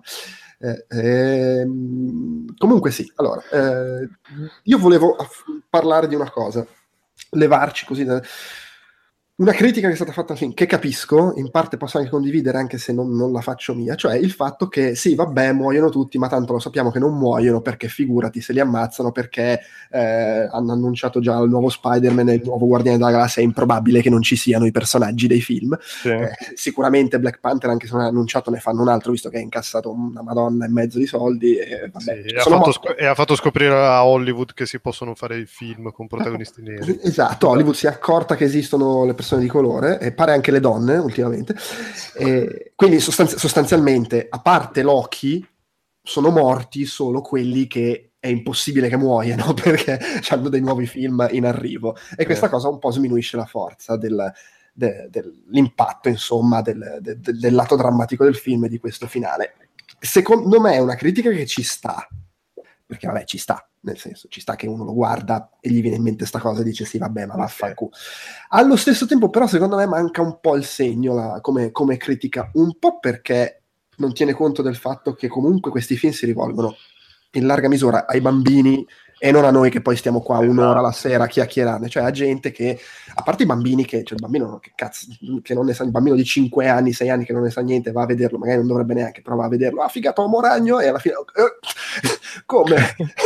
Comunque sì, allora, io volevo parlare di una cosa, levarci così una critica che è stata fatta al film, che capisco, in parte posso anche condividere anche se non la faccio mia, cioè il fatto che sì, vabbè, muoiono tutti, ma tanto lo sappiamo che non muoiono, perché figurati se li ammazzano, perché hanno annunciato già il nuovo Spider-Man e il nuovo Guardiani della Galassia, è improbabile che non ci siano i personaggi dei film. Sì. Sicuramente Black Panther, anche se non è annunciato, ne fanno un altro, visto che ha incassato una madonna e mezzo di soldi. E, vabbè, ha fatto scoprire a Hollywood che si possono fare i film con protagonisti neri. Esatto, Hollywood si è accorta che esistono le persone di colore e pare anche le donne ultimamente, quindi sostanzialmente, a parte Loki, sono morti solo quelli che è impossibile che muoiano perché hanno dei nuovi film in arrivo, e questa cosa un po' sminuisce la forza dell'impatto, insomma, del lato drammatico del film e di questo finale. Secondo me è una critica che ci sta, perché vabbè, ci sta, nel senso, ci sta che uno lo guarda e gli viene in mente sta cosa e dice sì, vabbè, ma vaffanculo. Allo stesso tempo, però, secondo me manca un po' il segno come critica, un po' perché non tiene conto del fatto che comunque questi film si rivolgono in larga misura ai bambini e non a noi che poi stiamo qua un'ora la sera a chiacchierarne, cioè a gente che, a parte i bambini cioè il bambino che cazzo, che non ne sa, il bambino di 5 anni, 6 anni che non ne sa niente, va a vederlo, magari non dovrebbe neanche, però va a vederlo, figato Uomo Ragno, e alla fine come?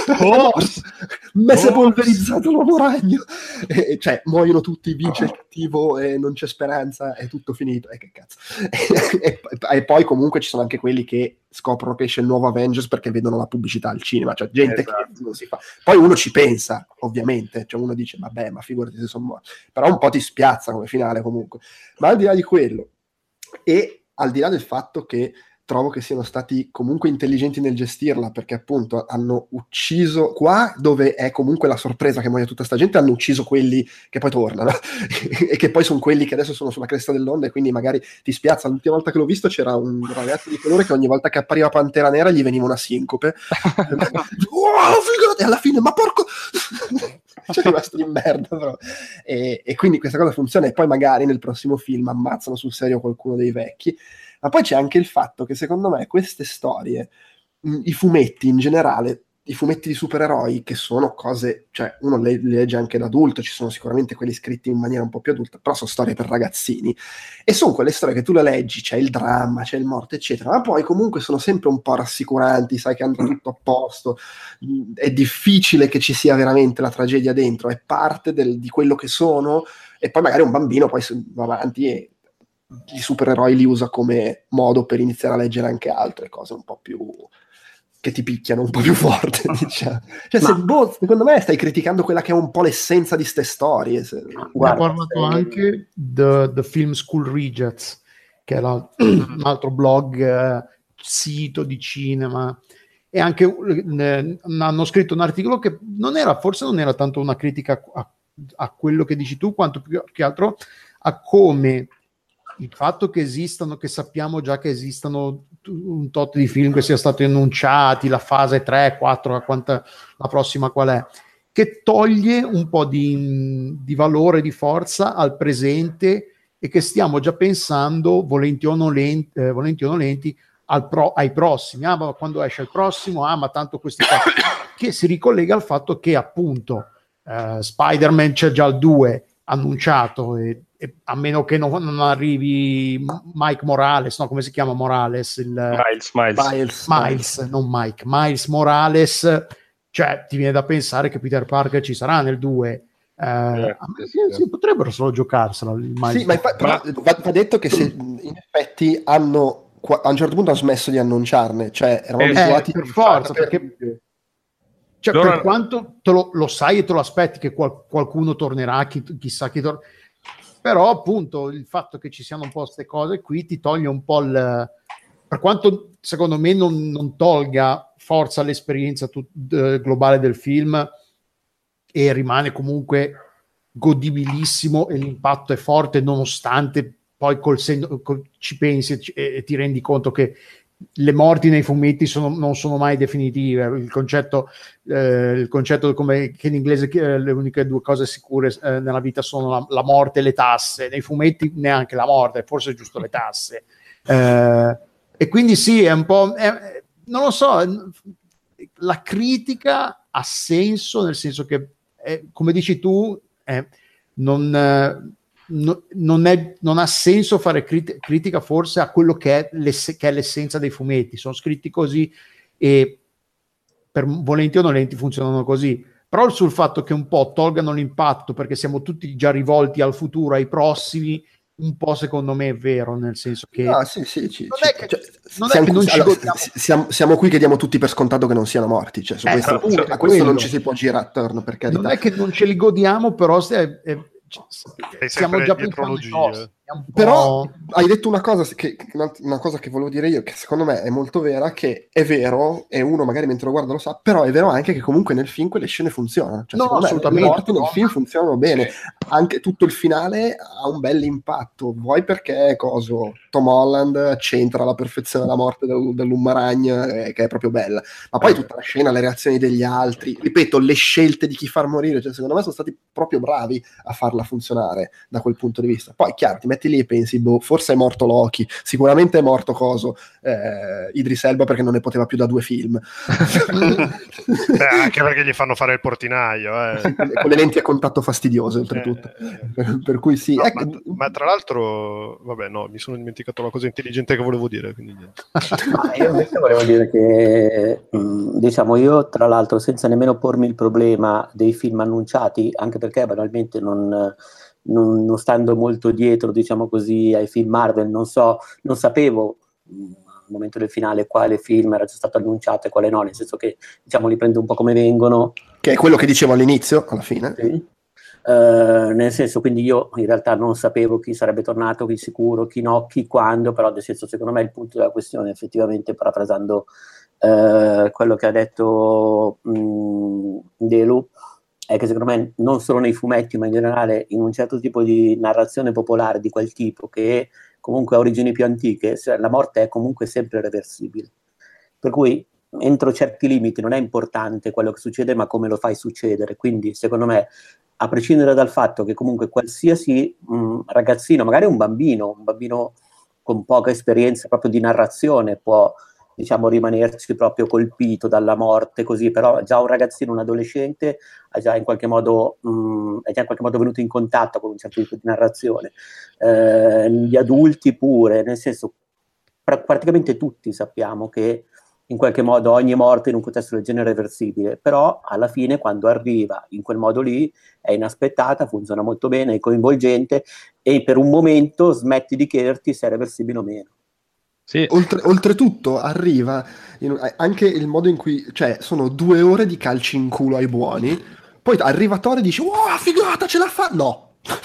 M'è polverizzato l'Uomo Ragno, cioè muoiono tutti, vince il cattivo e non c'è speranza, è tutto finito, che cazzo. E poi comunque ci sono anche quelli che scoprono che esce il nuovo Avengers perché vedono la pubblicità al cinema, cioè gente che non si fa. Poi uno ci pensa, ovviamente, cioè uno dice vabbè, ma figurati se sono morti, però un po' ti spiazza come finale comunque. Ma al di là di quello, e al di là del fatto che trovo che siano stati comunque intelligenti nel gestirla, perché appunto hanno ucciso qua, dove è comunque la sorpresa che muoia tutta sta gente, hanno ucciso quelli che poi tornano e che poi sono quelli che adesso sono sulla cresta dell'onda e quindi magari ti spiazza. L'ultima volta che l'ho visto c'era un ragazzo di colore che ogni volta che appariva Pantera Nera gli veniva una sincope e alla fine ma porco c'è rimasto di merda però. E quindi questa cosa funziona e poi magari nel prossimo film ammazzano sul serio qualcuno dei vecchi. Ma poi c'è anche il fatto che secondo me queste storie, i fumetti in generale, i fumetti di supereroi, che sono cose, cioè uno le legge anche da adulto, ci sono sicuramente quelli scritti in maniera un po' più adulta, però sono storie per ragazzini, e sono quelle storie che tu le leggi, c'è il dramma, c'è il morte, eccetera, ma poi comunque sono sempre un po' rassicuranti, sai che andrà tutto a posto, è difficile che ci sia veramente la tragedia dentro, è parte di quello che sono, e poi magari un bambino poi va avanti e i supereroi li usa come modo per iniziare a leggere anche altre cose un po' più che ti picchiano un po' più forte, diciamo. Cioè, secondo me stai criticando quella che è un po' l'essenza di ste storie. Guarda, ho parlato anche The Film School Rejects, che è un altro blog, sito di cinema, e anche hanno scritto un articolo che forse non era tanto una critica a quello che dici tu, quanto più che altro a come il fatto che esistano, che sappiamo già che esistano un tot di film che siano stati annunciati, la fase 3, 4, la prossima qual è, che toglie un po' di valore, di forza al presente e che stiamo già pensando, volenti o nolenti, ai prossimi. Ma quando esce il prossimo? Ma tanto questi qua. Che si ricollega al fatto che appunto Spider-Man c'è già il 2 annunciato e a meno che non arrivi Mike Morales, no, come si chiama Morales? Miles, non Mike, Miles Morales, cioè ti viene da pensare che Peter Parker ci sarà nel 2. Sì, potrebbero solo giocarsela. Sì, ma va detto che se in effetti a un certo punto hanno smesso di annunciarne, cioè eravamo abituati per forza, perché cioè, per quanto lo sai e te lo aspetti che qualcuno tornerà, chissà chi tornerà, però appunto il fatto che ci siano un po' queste cose qui ti toglie un po' per quanto secondo me non tolga forza all'esperienza globale del film, e rimane comunque godibilissimo e l'impatto è forte, nonostante poi ci pensi e ti rendi conto che le morti nei fumetti non sono mai definitive. Il concetto come che in inglese le uniche due cose sicure nella vita sono la morte e le tasse. Nei fumetti neanche la morte, forse è giusto le tasse. E quindi sì, è un po'... non lo so, la critica ha senso, nel senso che, come dici tu, non ha senso fare critica forse a quello che è l'essenza dei fumetti. Sono scritti così e per volenti o nolenti funzionano così, però sul fatto che un po' tolgano l'impatto perché siamo tutti già rivolti al futuro, ai prossimi, un po' secondo me è vero, nel senso che siamo qui che diamo tutti per scontato che non siano morti, cioè, a questo non ci si può girare attorno, per carità. Non è che non ce li godiamo, però siamo già pensando Però hai detto una cosa che volevo dire io, che secondo me è molto vera, che è vero, e uno magari mentre lo guarda lo sa, però è vero anche che comunque nel film quelle scene funzionano. Cioè, No, secondo me assolutamente. le morti nel film funzionano bene. Anche tutto il finale ha un bel impatto. Vuoi perché Tom Holland c'entra alla perfezione la morte dell'Ummaragn, che è proprio bella. Ma poi tutta la scena, le reazioni degli altri, ripeto, le scelte di chi far morire, cioè, secondo me sono stati proprio bravi a farla funzionare da quel punto di vista. Poi chiaro, ti metti lì e pensi, forse è morto Loki, sicuramente è morto Idris Elba, perché non ne poteva più da 2 film. Anche perché gli fanno fare il portinaio con le lenti a contatto fastidiose oltretutto, per cui sì, no, ma tra l'altro mi sono dimenticato la cosa intelligente che volevo dire, quindi niente. Io invece volevo dire che diciamo, io tra l'altro, senza nemmeno pormi il problema dei film annunciati, anche perché banalmente non stando molto dietro, diciamo così, ai film Marvel, non sapevo al momento del finale quale film era già stato annunciato e quale no, nel senso che, diciamo, li prendo un po' come vengono. Che è quello che dicevo all'inizio, alla fine. Sì. Nel senso, quindi io in realtà non sapevo chi sarebbe tornato, chi sicuro, chi no, chi quando, però nel senso, secondo me il punto della questione, effettivamente, parafrasando quello che ha detto Delu, è che secondo me non solo nei fumetti, ma in generale in un certo tipo di narrazione popolare di quel tipo, che comunque ha origini più antiche, la morte è comunque sempre reversibile. Per cui entro certi limiti non è importante quello che succede, ma come lo fai succedere. Quindi secondo me, a prescindere dal fatto che comunque qualsiasi ragazzino, magari un bambino con poca esperienza proprio di narrazione può, diciamo, rimanerci proprio colpito dalla morte, così, però già un ragazzino, un adolescente è già in qualche modo venuto in contatto con un certo tipo di narrazione. Gli adulti pure, nel senso, praticamente tutti sappiamo che in qualche modo ogni morte in un contesto del genere è reversibile, però alla fine, quando arriva in quel modo lì, è inaspettata, funziona molto bene, è coinvolgente, e per un momento smetti di chiederti se è reversibile o meno. Sì. Oltretutto arriva anche il modo in cui, cioè, sono 2 ore di calci in culo ai buoni, poi arriva Thor e dice wow, figata, ce la fa! No.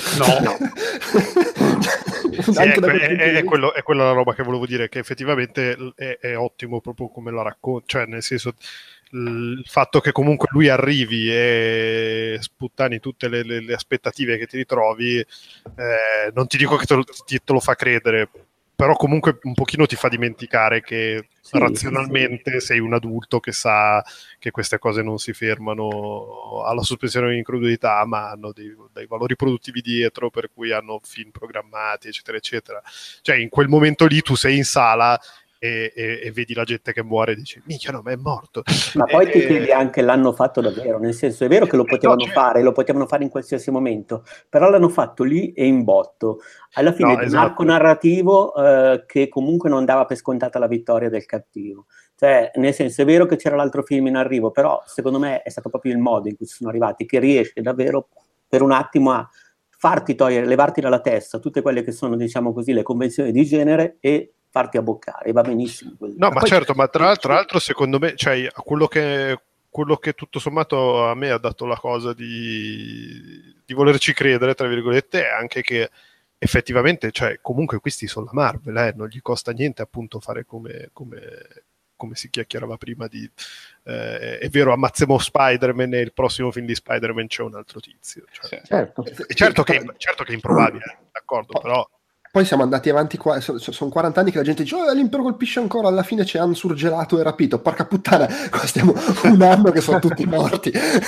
Sì, è quella la roba che volevo dire, che effettivamente è ottimo proprio come la racconta, cioè nel senso, il fatto che comunque lui arrivi e sputtani tutte le aspettative che ti ritrovi, non ti dico che te lo fa credere, però comunque un pochino ti fa dimenticare che razionalmente sei un adulto che sa che queste cose non si fermano alla sospensione di incredulità, ma hanno dei valori produttivi dietro, per cui hanno film programmati, eccetera eccetera. Cioè in quel momento lì tu sei in sala e vedi la gente che muore e dici minchia, no, ma è morto. Ma poi ti chiedi anche, l'hanno fatto davvero, nel senso, è vero che lo potevano fare in qualsiasi momento, però l'hanno fatto lì e in botto. Alla fine di un arco narrativo che comunque non dava per scontata la vittoria del cattivo. Cioè, nel senso, è vero che c'era l'altro film in arrivo, però secondo me è stato proprio il modo in cui sono arrivati, che riesce davvero per un attimo a farti levarti dalla testa tutte quelle che sono, diciamo così, le convenzioni di genere e farti abboccare, va benissimo. No, ma certo, ma tra l'altro secondo me, cioè, quello che tutto sommato a me ha dato la cosa di volerci credere, tra virgolette, è anche che effettivamente, cioè, comunque questi sono la Marvel, non gli costa niente appunto fare come si chiacchierava prima di è vero, ammazziamo Spider-Man e il prossimo film di Spider-Man c'è un altro tizio, cioè, certo che è improbabile, d'accordo, però poi siamo andati avanti qua, sono 40 anni che la gente dice l'impero colpisce ancora, alla fine c'è Han surgelato e rapito, porca puttana, qua stiamo un anno che sono tutti morti.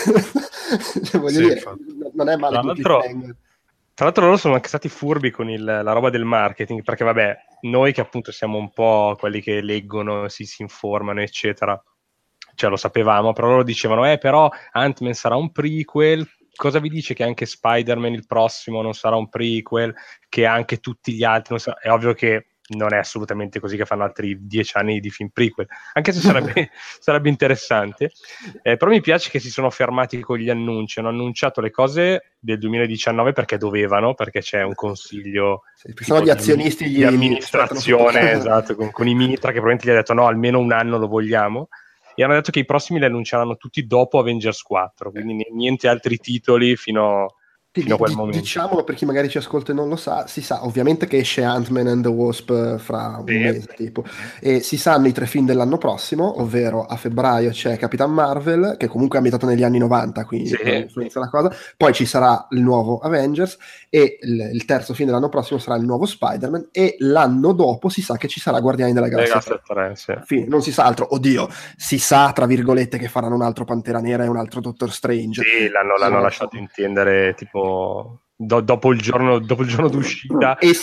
Voglio dire, non è male. Tra l'altro loro sono anche stati furbi con la roba del marketing, perché vabbè, noi che appunto siamo un po' quelli che leggono, si informano, eccetera, cioè lo sapevamo, però loro dicevano però Ant-Man sarà un prequel. Cosa vi dice che anche Spider-Man il prossimo non sarà un prequel, che anche tutti gli altri non sarà... È ovvio che non è assolutamente così, che fanno altri 10 anni di film prequel, anche se sarebbe interessante, però mi piace che si sono fermati con gli annunci, hanno annunciato le cose del 2019 perché dovevano, perché c'è un consiglio sono gli azionisti di amministrazione, esatto, con i Mitra, che probabilmente gli ha detto no, almeno un anno lo vogliamo, e hanno detto che i prossimi li annunceranno tutti dopo Avengers 4, quindi niente altri titoli fino fino a quel momento. Diciamolo per chi magari ci ascolta e non lo sa, si sa ovviamente che esce Ant-Man and the Wasp fra un mese tipo, e si sanno i 3 film dell'anno prossimo, ovvero a febbraio c'è Capitan Marvel, che comunque è ambientato negli anni 90, quindi non influenza la cosa, poi ci sarà il nuovo Avengers, e il terzo film dell'anno prossimo sarà il nuovo Spider-Man, e l'anno dopo si sa che ci sarà Guardiani della Galassia 3. Fine, non si sa altro, oddio, si sa tra virgolette che faranno un altro Pantera Nera e un altro Doctor Strange. Sì, l'hanno lasciato intendere tipo dopo il giorno d'uscita. E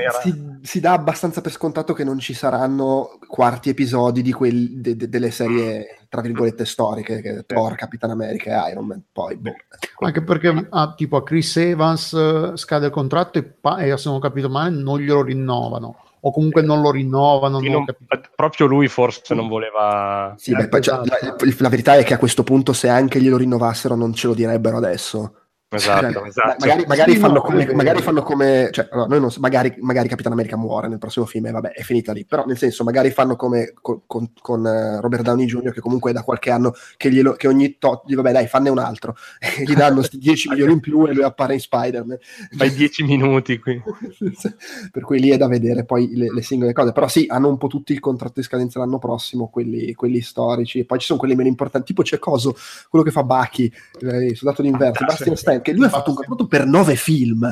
si dà abbastanza per scontato che non ci saranno quarti episodi di delle serie tra virgolette storiche, che Thor, Capitan America e Iron Man. Poi anche perché tipo a Chris Evans scade il contratto e se non ho capito male non glielo rinnovano, o comunque non lo rinnovano. Proprio lui forse non voleva. Sì, la verità è che a questo punto, se anche glielo rinnovassero, non ce lo direbbero adesso. Esatto. Magari fanno come cioè, no, noi non so, magari Capitan America muore nel prossimo film e vabbè, è finita lì, però nel senso magari fanno come con Robert Downey Jr., che comunque è da qualche anno che ogni tot vabbè dai, fanne un altro e gli danno 10 milioni in più e lui appare in Spider-Man, fai 10 minuti qui. Per cui lì è da vedere poi le singole cose, però sì, hanno un po' tutti il contratto di scadenza l'anno prossimo, quelli storici, e poi ci sono quelli meno importanti, tipo c'è quello che fa Bucky, Soldato d'Inverno, Sebastian Stan, che lui ha fatto un contratto per 9 film.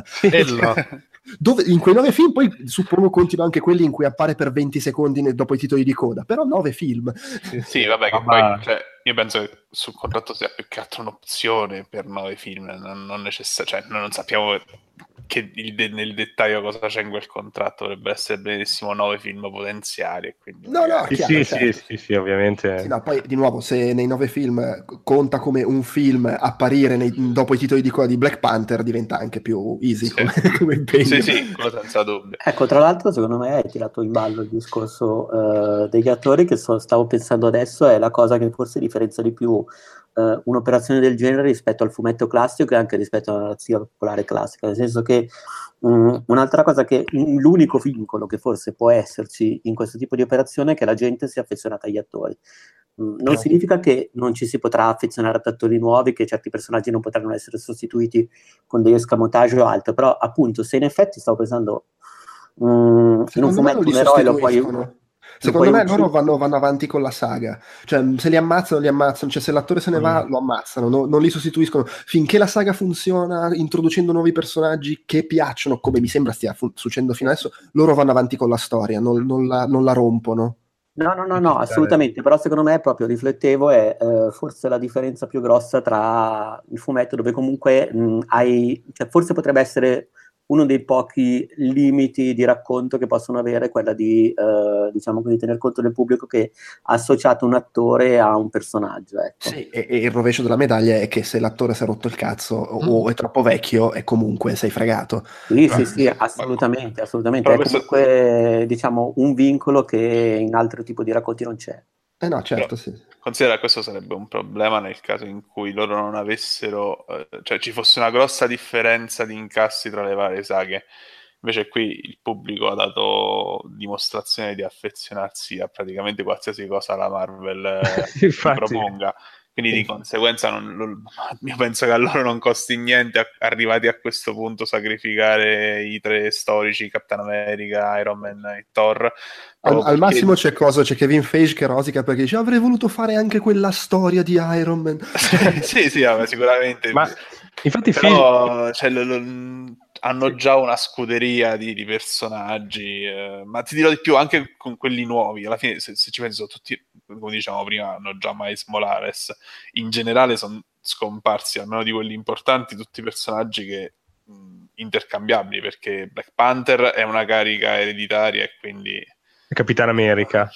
Dove in quei 9 film poi suppongo continua anche quelli in cui appare per 20 secondi dopo i titoli di coda, però 9 film. Sì, vabbè, che poi io penso che sul contratto sia più che altro un'opzione per 9 film, non necessario, cioè non sappiamo che nel dettaglio cosa c'è in quel contratto, dovrebbe essere benissimo 9 film potenziali, quindi sì, ovviamente. Sì, no, poi di nuovo, se nei 9 film conta come un film apparire dopo i titoli di coda di Black Panther, diventa anche più easy come impegno. Sì, senza dubbio. Ecco, tra l'altro secondo me hai tirato in ballo il discorso degli attori, che stavo pensando adesso è la cosa che forse differenzia di più un'operazione del genere rispetto al fumetto classico e anche rispetto alla narrativa popolare classica, nel senso che un'altra cosa, che l'unico vincolo che forse può esserci in questo tipo di operazione è che la gente sia affezionata agli attori. Non significa che non ci si potrà affezionare ad attori nuovi, che certi personaggi non potranno essere sostituiti con degli escamotage o altro, però appunto se in effetti stavo pensando in un fumetto un eroe lo puoi... Secondo me loro vanno avanti con la saga, cioè se li ammazzano, cioè se l'attore se ne va lo ammazzano, non li sostituiscono finché la saga funziona, introducendo nuovi personaggi che piacciono, come mi sembra stia succedendo fino adesso. Loro vanno avanti con la storia, non la rompono. No, assolutamente, però secondo me proprio riflettevo è forse la differenza più grossa tra il fumetto, dove comunque cioè forse potrebbe essere uno dei pochi limiti di racconto che possono avere, quella di diciamo così, tener conto del pubblico che ha associato un attore a un personaggio, ecco. Sì, e il rovescio della medaglia è che se l'attore si è rotto il cazzo o è troppo vecchio, e comunque sei fregato. Sì, assolutamente. È comunque diciamo un vincolo che in altro tipo di racconti non c'è. No, certo, sì. Considera, questo sarebbe un problema nel caso in cui loro non avessero, cioè ci fosse una grossa differenza di incassi tra le varie saghe. Invece qui il pubblico ha dato dimostrazione di affezionarsi a praticamente qualsiasi cosa la Marvel proponga. Quindi di conseguenza io penso che a loro non costi niente, arrivati a questo punto, sacrificare i 3 storici, Captain America, Iron Man e Thor. Al massimo c'è Kevin Feige che rosica perché dice avrei voluto fare anche quella storia di Iron Man. sì, vabbè, sicuramente. Ma infatti però hanno già una scuderia di personaggi, ma ti dirò di più, anche con quelli nuovi, alla fine se ci pensi sono tutti, come dicevamo prima, hanno già Miles Morales, in generale sono scomparsi, almeno di quelli importanti, tutti i personaggi che intercambiabili, perché Black Panther è una carica ereditaria e quindi Capitan America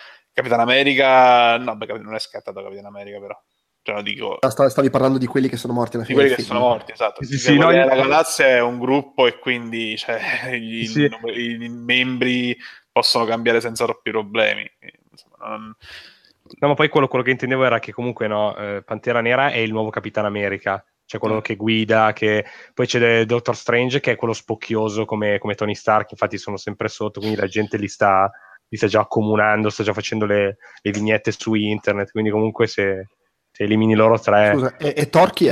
no, non è scattato Capitan America, però lo dico. Stavi parlando di quelli che sono morti alla fine. Di quelli che sono morti, esatto. La galassia è un gruppo e quindi i membri possono cambiare senza troppi problemi. Insomma, No, ma poi quello che intendevo era che comunque Pantera Nera è il nuovo Capitan America, cioè quello che guida, che poi c'è Doctor Strange che è quello spocchioso come Tony Stark, infatti sono sempre sotto, quindi la gente li sta già accomunando, sta già facendo le vignette su internet, quindi comunque se elimini loro 3... Scusa, e Thor chi è?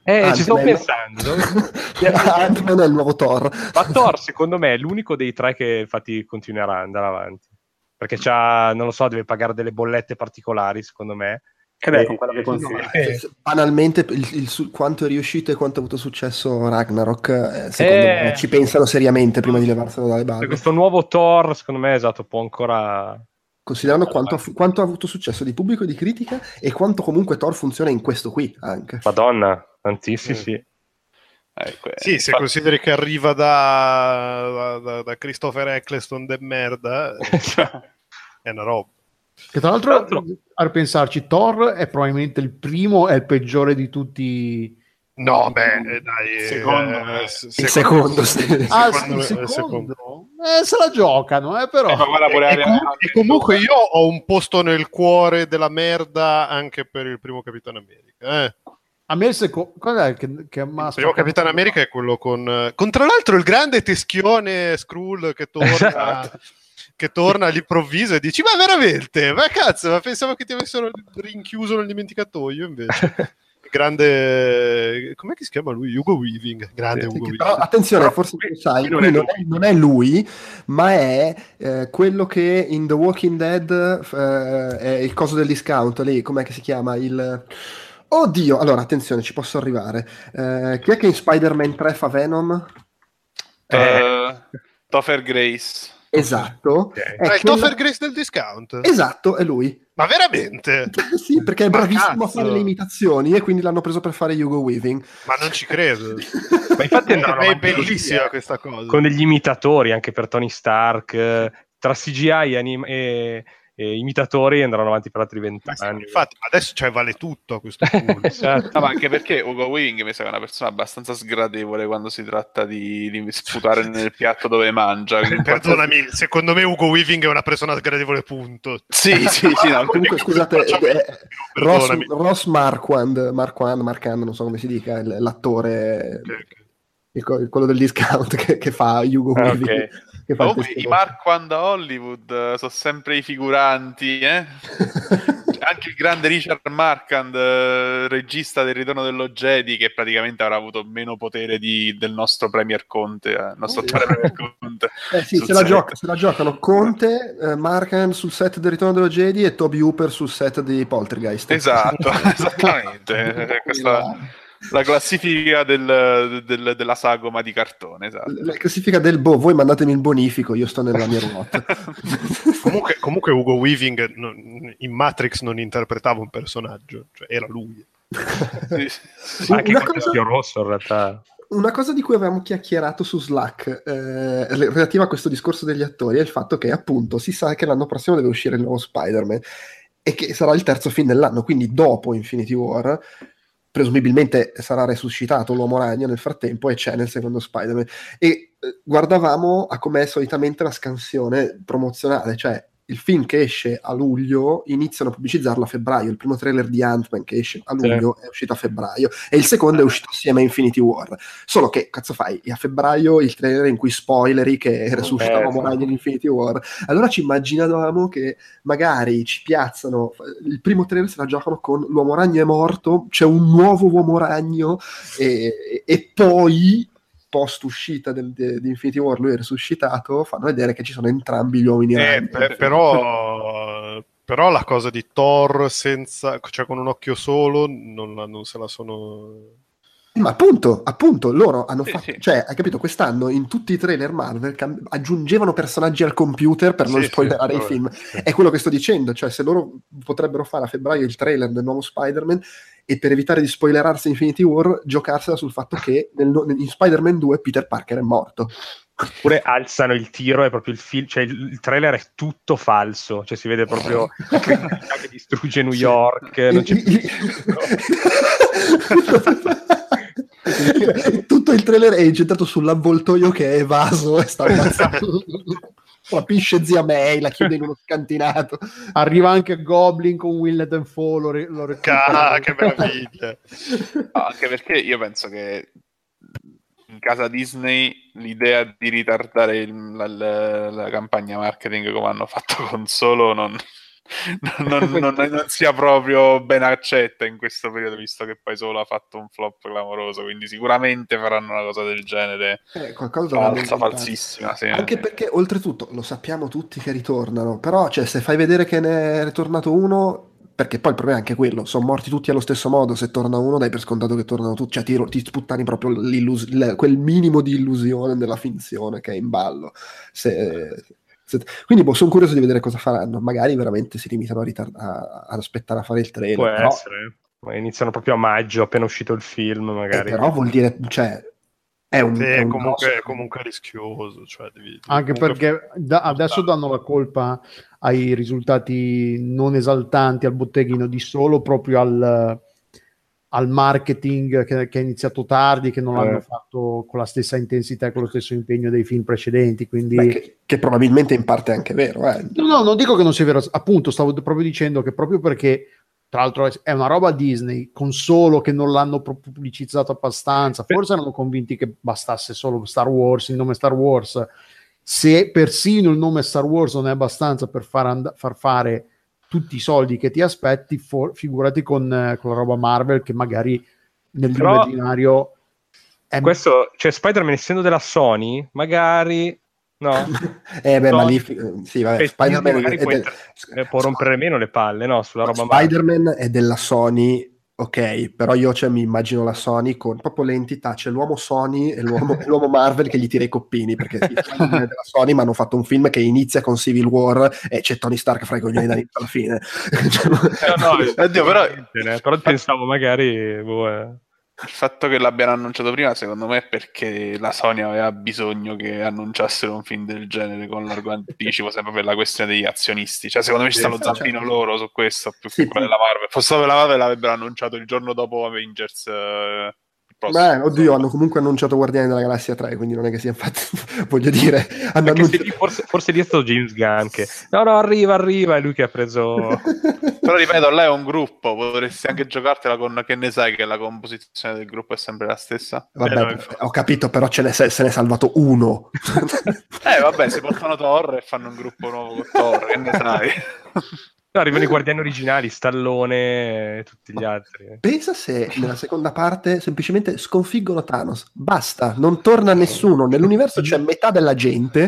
Ci stavo Ant-Man. pensando. Ant-Man è il nuovo Thor. Ma Thor, secondo me, è l'unico dei tre che infatti continuerà ad andare avanti. Perché non lo so, deve pagare delle bollette particolari, secondo me. E beh, con quello che No, consiglia. banalmente quanto è riuscito e quanto ha avuto successo Ragnarok, secondo me ci pensano seriamente prima di levarselo dalle balle. Questo nuovo Thor, secondo me, esatto, può ancora... Considerando quanto ha avuto successo di pubblico e di critica e quanto comunque Thor funziona in questo qui anche. Madonna, tantissimi, sì. Sì, se consideri che arriva da Christopher Eccleston de merda, è una roba. Che tra l'altro, a pensarci, Thor è probabilmente il primo e il peggiore di tutti. No, beh, dai, il secondo, sì. Il secondo? Se la giocano, però. E comunque io ho un posto nel cuore della merda anche per il primo Capitano America. A me il secondo... Qual è che il primo Capitano America è quello con tra l'altro il grande teschione Skrull che torna... Esatto. Che torna all'improvviso e dici: ma veramente? Ma cazzo, ma pensavo che ti avessero rinchiuso nel dimenticatoio invece. Grande, com'è che si chiama lui? Hugo Weaving. Grande Hugo Weaving. Però attenzione, forse tu sai, qui non è lui, ma è quello che in The Walking Dead è il coso del discount lì, com'è che si chiama? Oddio, allora attenzione, ci posso arrivare. Chi è che in Spider-Man 3 fa Venom? Topher Grace. Esatto. Il Topher Grace del discount? Esatto, è lui. Ma veramente? Sì, perché è bravissimo a fare le imitazioni e quindi l'hanno preso per fare Hugo Weaving. Ma non ci credo. Ma infatti è bellissima questa cosa. Con degli imitatori anche per Tony Stark, tra CGI e imitatori andranno avanti per altri 20 anni. Infatti, adesso vale tutto a questo punto. Esatto. Ma anche perché Hugo Weaving mi sa che è una persona abbastanza sgradevole quando si tratta di sputare nel piatto dove mangia. Perdonami, secondo me Hugo Weaving è una persona sgradevole, punto. Sì, no. Comunque scusate, Ross Marquand, non so come si dica, l'attore, quello del discount che fa Hugo Weaving. Okay. I Marquand a Hollywood sono sempre i figuranti, anche il grande Richard Marquand, regista del Ritorno dello Jedi, che praticamente avrà avuto meno potere del nostro Premier Conte, nostro Premier Conte. Sì, se la giocano Conte, Marquand sul set del Ritorno dello Jedi e Toby Hooper sul set di Poltergeist. Esatto, esattamente. La classifica della sagoma di cartone, esatto. La classifica del voi mandatemi il bonifico, io sto nella mia roulotte. comunque Hugo Weaving in Matrix non interpretava un personaggio, cioè era lui. Anche con rosso in realtà. Una cosa di cui avevamo chiacchierato su Slack relativa a questo discorso degli attori è il fatto che appunto si sa che l'anno prossimo deve uscire il nuovo Spider-Man e che sarà il terzo film dell'anno, quindi dopo Infinity War presumibilmente sarà resuscitato l'Uomo Ragno nel frattempo e c'è nel secondo Spider-Man. E guardavamo a com'è solitamente la scansione promozionale, cioè il film che esce a luglio iniziano a pubblicizzarlo a febbraio. Il primo trailer di Ant-Man che esce a luglio è uscito a febbraio e il secondo è uscito assieme a Infinity War. Solo che, cazzo fai, a febbraio il trailer in cui spoileri che resuscita l'Uomo Ragno in Infinity War. Allora ci immaginavamo che magari ci piazzano il primo trailer, se la giocano con l'Uomo Ragno è morto, c'è un nuovo Uomo Ragno e poi post uscita di Infinity War lui è resuscitato, fanno vedere che ci sono entrambi gli uomini ragni. Però la cosa di Thor cioè con un occhio solo non se la sono... Ma appunto, loro hanno fatto, cioè, hai capito, quest'anno in tutti i trailer Marvel aggiungevano personaggi al computer per non spoilerare i film. È quello che sto dicendo, cioè se loro potrebbero fare a febbraio il trailer del nuovo Spider-Man e per evitare di spoilerarsi Infinity War, giocarsela sul fatto che in Spider-Man 2 Peter Parker è morto. Oppure alzano il tiro, è proprio il film, cioè il trailer è tutto falso, cioè si vede proprio che distrugge New York, non c'è tutto il trailer è incentrato sull'avvoltoio che è evaso e sta ammazzando. Rapisce zia May, la chiude in uno scantinato. Arriva anche Goblin con Willett Dafoe, lo recupera. Che meraviglia. Anche perché io penso che in casa Disney l'idea di ritardare la campagna marketing come hanno fatto con Solo non non sia proprio ben accetta in questo periodo, visto che poi Solo ha fatto un flop clamoroso, quindi sicuramente faranno una cosa del genere, qualcosa dovranno falsissima, sì. Anche perché oltretutto lo sappiamo tutti che ritornano, però cioè, se fai vedere che ne è ritornato uno, perché poi il problema è anche quello, sono morti tutti allo stesso modo, se torna uno dai per scontato che tornano tutti, cioè ti sputtani proprio quel minimo di illusione della finzione che è in ballo. Quindi sono curioso di vedere cosa faranno, magari veramente si limitano ad aspettare a fare il trailer. Può però, essere, iniziano proprio a maggio, appena uscito il film magari. Però vuol dire, cioè, è comunque rischioso, cioè anche perché adesso danno la colpa ai risultati non esaltanti al botteghino di Solo proprio al marketing che è iniziato tardi, che non l'hanno fatto con la stessa intensità e con lo stesso impegno dei film precedenti, quindi che probabilmente in parte è anche vero. No, non dico che non sia vero, appunto stavo proprio dicendo che proprio perché tra l'altro è una roba Disney, con Solo che non l'hanno pubblicizzato abbastanza, forse erano convinti che bastasse solo Star Wars, il nome Star Wars, se persino il nome Star Wars non è abbastanza per far fare tutti i soldi che ti aspetti, figurati con la roba Marvel che magari nell'immaginario questo, cioè Spider-Man essendo della Sony, magari no? Ma lì sì, vabbè, Spider-Man può rompere meno le palle, no? Sulla roba Spider-Man Marvel è della Sony, ok, però io mi immagino la Sony con proprio l'entità, c'è l'uomo Sony e l'uomo Marvel che gli tira i coppini, perché Spider-Man è della Sony, ma hanno fatto un film che inizia con Civil War e c'è Tony Stark fra i coglioni dall'inizio alla fine. Oddio, però pensavo magari il fatto che l'abbiano annunciato prima, secondo me, è perché la Sony aveva bisogno che annunciassero un film del genere con largo anticipo, sempre per la questione degli azionisti. Cioè, secondo me ci sta lo zampino loro su questo, più che quello della Marvel. Fosse stato per la Marvel l'avrebbero annunciato il giorno dopo Avengers. Oddio, hanno comunque annunciato Guardiani della Galassia 3, quindi non è che sia infatti, voglio dire, forse lì è stato James Gunn che no arriva, è lui che ha preso. Però ripeto, lei è un gruppo, potresti anche giocartela con, che ne sai che la composizione del gruppo è sempre la stessa? Vabbè, ho capito, però se ne è salvato uno. Vabbè, si portano Thor e fanno un gruppo nuovo con Thor, che ne sai? No, arrivano i Guardiani originali, Stallone e tutti gli altri. Pensa se nella seconda parte semplicemente sconfiggono Thanos. Basta, non torna nessuno. Nell'universo c'è metà della gente.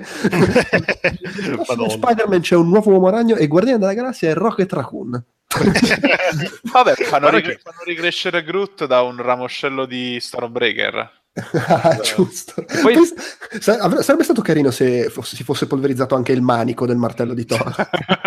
Su Spider-Man c'è un nuovo uomo ragno e Guardiani della Galassia è Rocket Raccoon. Vabbè, fanno ricrescere Groot da un ramoscello di Stormbreaker. Giusto. Poi sarebbe stato carino se si fosse polverizzato anche il manico del martello di Thor.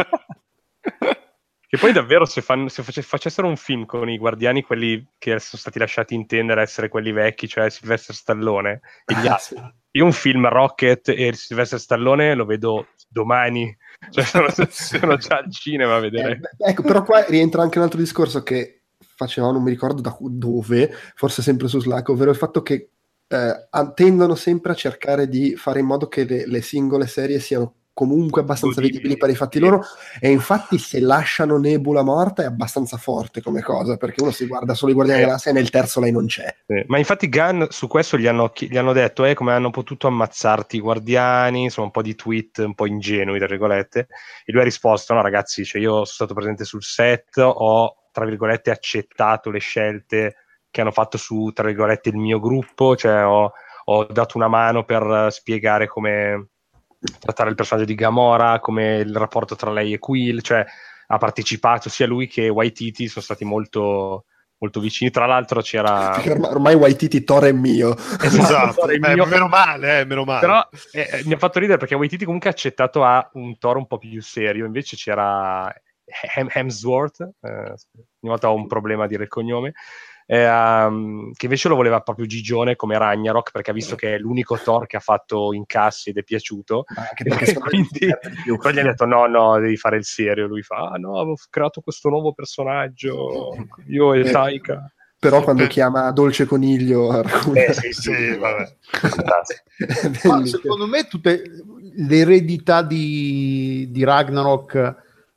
Che poi davvero se facessero un film con i Guardiani, quelli che sono stati lasciati intendere essere quelli vecchi, cioè Sylvester Stallone e gli altri. Io un film Rocket e Sylvester Stallone lo vedo domani, cioè sono già al cinema a vedere. Ecco, però qua rientra anche un altro discorso che facevamo, non mi ricordo da dove, forse sempre su Slack, ovvero il fatto che tendono sempre a cercare di fare in modo che le singole serie siano comunque abbastanza vedibili per i fatti loro, e infatti se lasciano Nebula morta è abbastanza forte come cosa, perché uno si guarda solo i Guardiani della Galassia e nel terzo lei non c'è. Ma infatti Gunn su questo gli hanno detto come hanno potuto ammazzarti i Guardiani, insomma un po' di tweet un po' ingenui tra virgolette, e lui ha risposto no ragazzi, cioè io sono stato presente sul set, ho tra virgolette accettato le scelte che hanno fatto su tra virgolette il mio gruppo, cioè ho dato una mano per spiegare come trattare il personaggio di Gamora, come il rapporto tra lei e Quill, cioè ha partecipato sia lui che Waititi, sono stati molto molto vicini. Tra l'altro c'era ormai Waititi Thor è mio. Esatto, meno male. Però mi ha fatto ridere perché Waititi comunque ha accettato a un Thor un po' più serio, invece c'era Hemsworth, ogni volta ho un problema a dire il cognome, che invece lo voleva proprio Gigione come Ragnarok, perché ha visto che è l'unico Thor che ha fatto incassi ed è piaciuto, quindi poi gli ha detto no, devi fare il serio. Lui fa no, avevo creato questo nuovo personaggio io e Taika. Però quando chiama Dolce Coniglio sì, vabbè. Ma secondo me tutte l'eredità di Ragnarok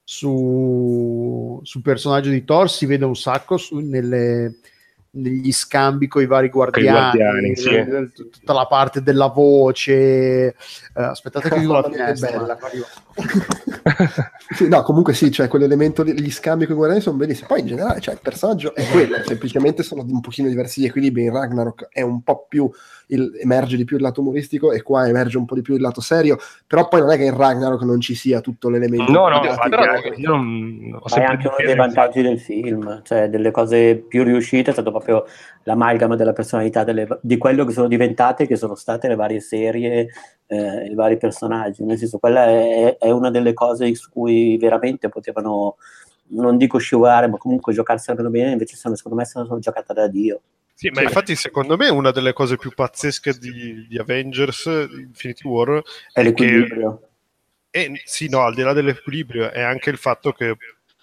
sul personaggio di Thor si vede un sacco negli scambi con i vari guardiani, sì. Tutta la parte della voce. Aspettate che dico la finestra. Sì, no, comunque sì, cioè quell'elemento, gli scambi con i guardiani sono bellissimi. Poi in generale, cioè, il personaggio è quello, semplicemente sono un pochino diversi gli equilibri. In Ragnarok è un po' più emerge di più il lato umoristico e qua emerge un po' di più il lato serio, però poi non è che in Ragnarok non ci sia tutto l'elemento No, drammatico. infatti, io non, ho Ma è sempre anche uno difeso, dei vantaggi infatti. del film, cioè delle cose più riuscite è stato proprio l'amalgama della personalità di quello che sono diventate, che sono state le varie serie, i vari personaggi. Nel senso, quella è una delle cose su cui veramente potevano, non dico scivolare, ma comunque giocarsela bene, invece secondo me sono giocata da Dio. Sì, ma infatti secondo me una delle cose più pazzesche di Avengers Infinity War È è che l'equilibrio. sì, no, al di là dell'equilibrio è anche il fatto che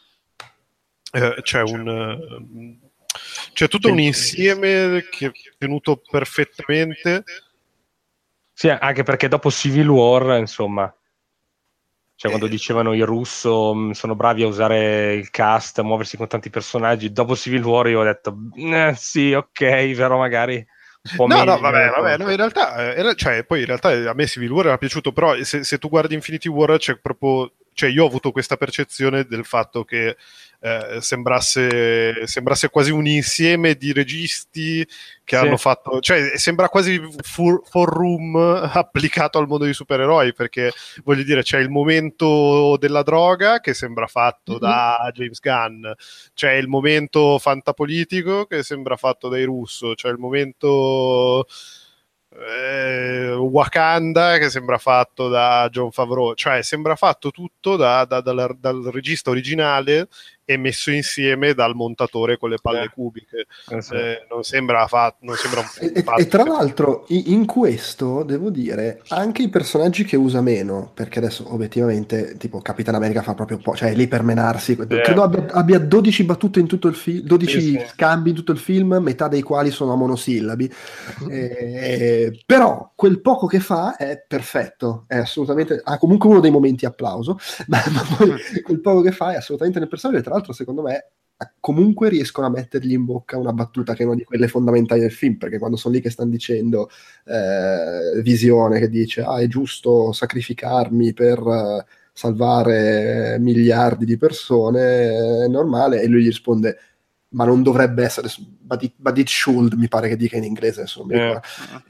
c'è tutto un insieme che è tenuto perfettamente. Sì, anche perché dopo Civil War, insomma, cioè quando dicevano i russo sono bravi a usare il cast, a muoversi con tanti personaggi, dopo Civil War io ho detto, sì, ok, però magari un po' No, meglio. vabbè, no, in realtà, cioè, poi in realtà a me Civil War era piaciuto, però se tu guardi Infinity War c'è proprio, cioè io ho avuto questa percezione del fatto che sembrasse quasi un insieme di registi che Sì. hanno fatto, cioè sembra quasi For Room applicato al mondo dei supereroi, perché voglio dire c'è il momento della droga che sembra fatto da James Gunn, c'è il momento fantapolitico che sembra fatto dai russo, c'è il momento Wakanda che sembra fatto da Jon Favreau, cioè sembra fatto tutto dal regista originale e messo insieme dal montatore con le palle cubiche. Sì. Non sembra un film fatto. E tra l'altro in questo devo dire anche i personaggi che usa meno, perché adesso obiettivamente tipo Capitan America fa proprio cioè è lì per menarsi, credo abbia 12 battute in tutto il film, 12 scambi in tutto il film, metà dei quali sono a monosillabi. Però quel poco che fa è perfetto, è assolutamente, ha comunque uno dei momenti applauso, ma poi quel poco che fa è assolutamente nel personaggio, e tra l'altro secondo me comunque riescono a mettergli in bocca una battuta che è una di quelle fondamentali del film, perché quando sono lì che stanno dicendo Visione che dice è giusto sacrificarmi per salvare miliardi di persone, è normale, e lui gli risponde ma non dovrebbe essere, but it should, mi pare che dica in inglese, adesso non mi ricordo.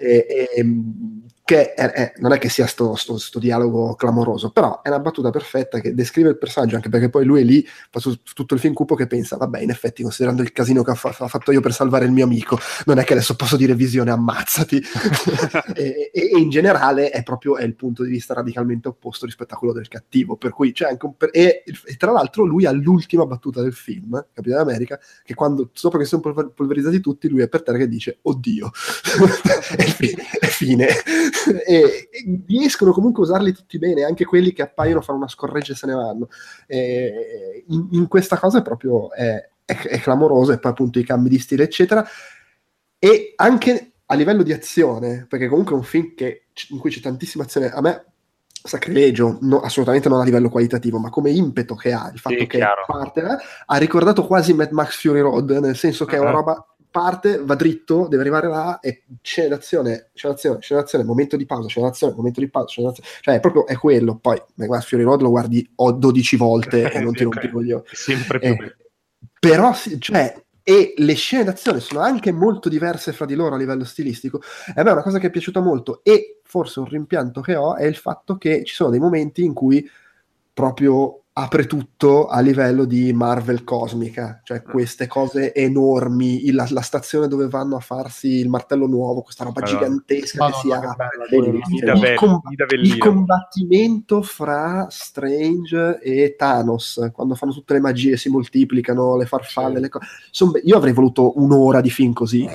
Che non è che sia sto dialogo clamoroso, però è una battuta perfetta che descrive il personaggio, anche perché poi lui è lì, fa tutto il film cupo che pensa, vabbè, in effetti, considerando il casino che ho fatto io per salvare il mio amico, non è che adesso posso dire Visione, ammazzati. e in generale è il punto di vista radicalmente opposto rispetto a quello del cattivo, per cui c'è anche e tra l'altro lui ha l'ultima battuta del film, Capitan America, che quando, dopo che sono polverizzati tutti, lui è per terra che dice oddio. è fine. E riescono comunque a usarli tutti bene, anche quelli che appaiono, fanno una scorreggia e se ne vanno. In questa cosa è proprio è clamoroso, e poi appunto i cambi di stile eccetera, e anche a livello di azione, perché comunque è un film in cui c'è tantissima azione. A me sacrilegio, assolutamente non a livello qualitativo, ma come impeto che ha, il fatto che parte, ha ricordato quasi Mad Max Fury Road, nel senso che è una roba, parte, va dritto, deve arrivare là, e scena d'azione, momento di pausa, scena d'azione, momento di pausa, scena d'azione, cioè è quello. Poi Mad Max Fury Road lo guardi 12 volte e non ti rompi i coglioni. Sempre più bello. Però, cioè, e le scene d'azione sono anche molto diverse fra di loro a livello stilistico. E a me è una cosa che è piaciuta molto, e forse un rimpianto che ho è il fatto che ci sono dei momenti in cui proprio apre tutto a livello di Marvel cosmica, cioè queste cose enormi, la stazione dove vanno a farsi il martello nuovo, questa roba gigantesca che si apre, il combattimento fra Strange e Thanos, quando fanno tutte le magie, si moltiplicano le farfalle, le cose. Io avrei voluto un'ora di film così.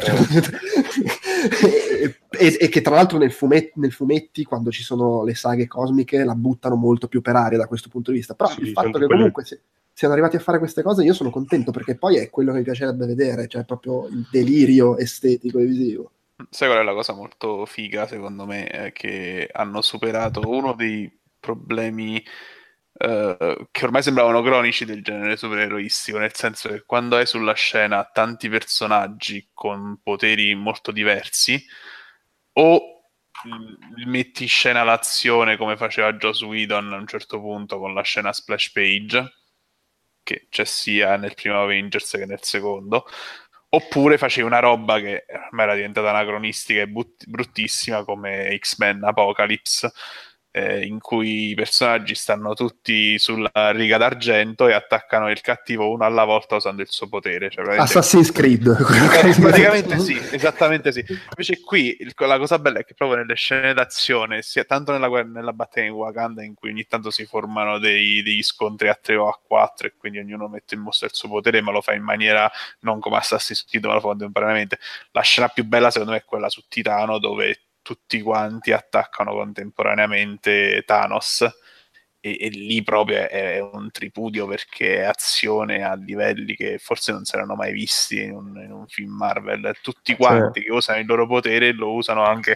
E che tra l'altro nel fumetti, quando ci sono le saghe cosmiche, la buttano molto più per aria da questo punto di vista. Però il fatto che comunque siano arrivati a fare queste cose, io sono contento, perché poi è quello che mi piacerebbe vedere, cioè proprio il delirio estetico e visivo. Sai qual è la cosa molto figa, secondo me, è che hanno superato uno dei problemi che ormai sembravano cronici del genere supereroistico, nel senso che quando hai sulla scena tanti personaggi con poteri molto diversi, o metti in scena l'azione come faceva Joss Whedon a un certo punto con la scena splash page, che c'è sia nel primo Avengers che nel secondo, oppure facevi una roba che ormai era diventata anacronistica e bruttissima come X-Men Apocalypse, in cui i personaggi stanno tutti sulla riga d'argento e attaccano il cattivo uno alla volta usando il suo potere. Cioè, Assassin's Creed. Praticamente sì, esattamente sì. Invece qui la cosa bella è che proprio nelle scene d'azione, sia tanto nella battaglia in Wakanda, in cui ogni tanto si formano degli scontri a 3 o a 4 e quindi ognuno mette in mostra il suo potere, ma lo fa in maniera non come Assassin's Creed, ma lo fa contemporaneamente. La scena più bella secondo me è quella su Titano, dove tutti quanti attaccano contemporaneamente Thanos e lì proprio è un tripudio, perché è azione a livelli che forse non si erano mai visti in un film Marvel. Tutti quanti che usano il loro potere lo usano anche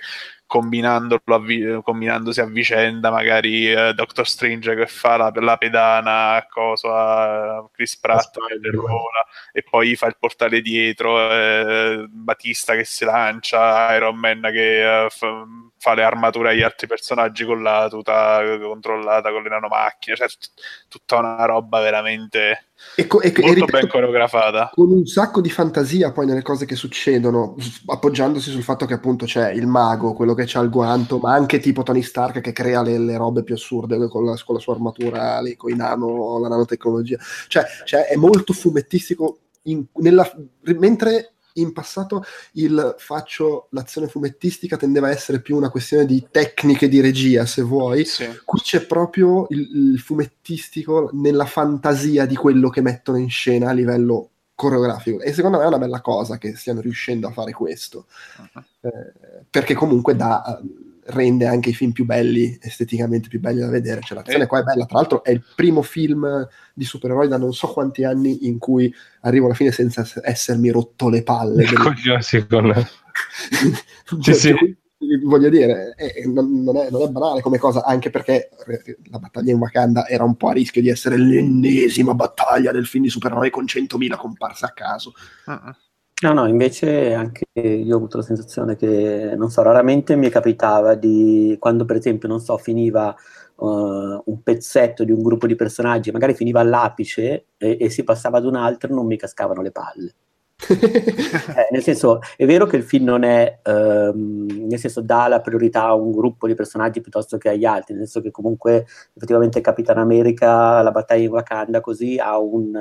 combinandosi a vicenda, magari Doctor Strange che fa la pedana a Chris Pratt e poi fa il portale dietro, Batista che si lancia, Iron Man che fa le armature agli altri personaggi con la tuta controllata con le nanomacchine, cioè tutta una roba veramente molto ben coreografata, con un sacco di fantasia poi nelle cose che succedono, appoggiandosi sul fatto che appunto c'è il mago, quello che c'ha il guanto, ma anche tipo Tony Stark che crea le robe più assurde con la sua armatura, con la nanotecnologia, cioè è molto fumettistico mentre in passato l'azione fumettistica tendeva a essere più una questione di tecniche di regia, se vuoi. Sì. Qui c'è proprio il fumettistico nella fantasia di quello che mettono in scena a livello coreografico, e secondo me è una bella cosa che stiano riuscendo a fare questo, perché comunque rende anche i film più belli, esteticamente più belli da vedere. Cioè, l'azione qua è bella, tra l'altro è il primo film di supereroi da non so quanti anni in cui arrivo alla fine senza essermi rotto le palle voglio dire, non è banale come cosa, anche perché la battaglia in Wakanda era un po' a rischio di essere l'ennesima battaglia del film di supereroi con 100.000 comparse a caso. No, invece anche io ho avuto la sensazione che, non so, raramente mi capitava di, quando per esempio, non so, finiva un pezzetto di un gruppo di personaggi, magari finiva all'apice e si passava ad un altro, non mi cascavano le palle. Nel senso, è vero che il film non è nel senso, dà la priorità a un gruppo di personaggi piuttosto che agli altri, nel senso che comunque effettivamente Capitan America, la battaglia di Wakanda così ha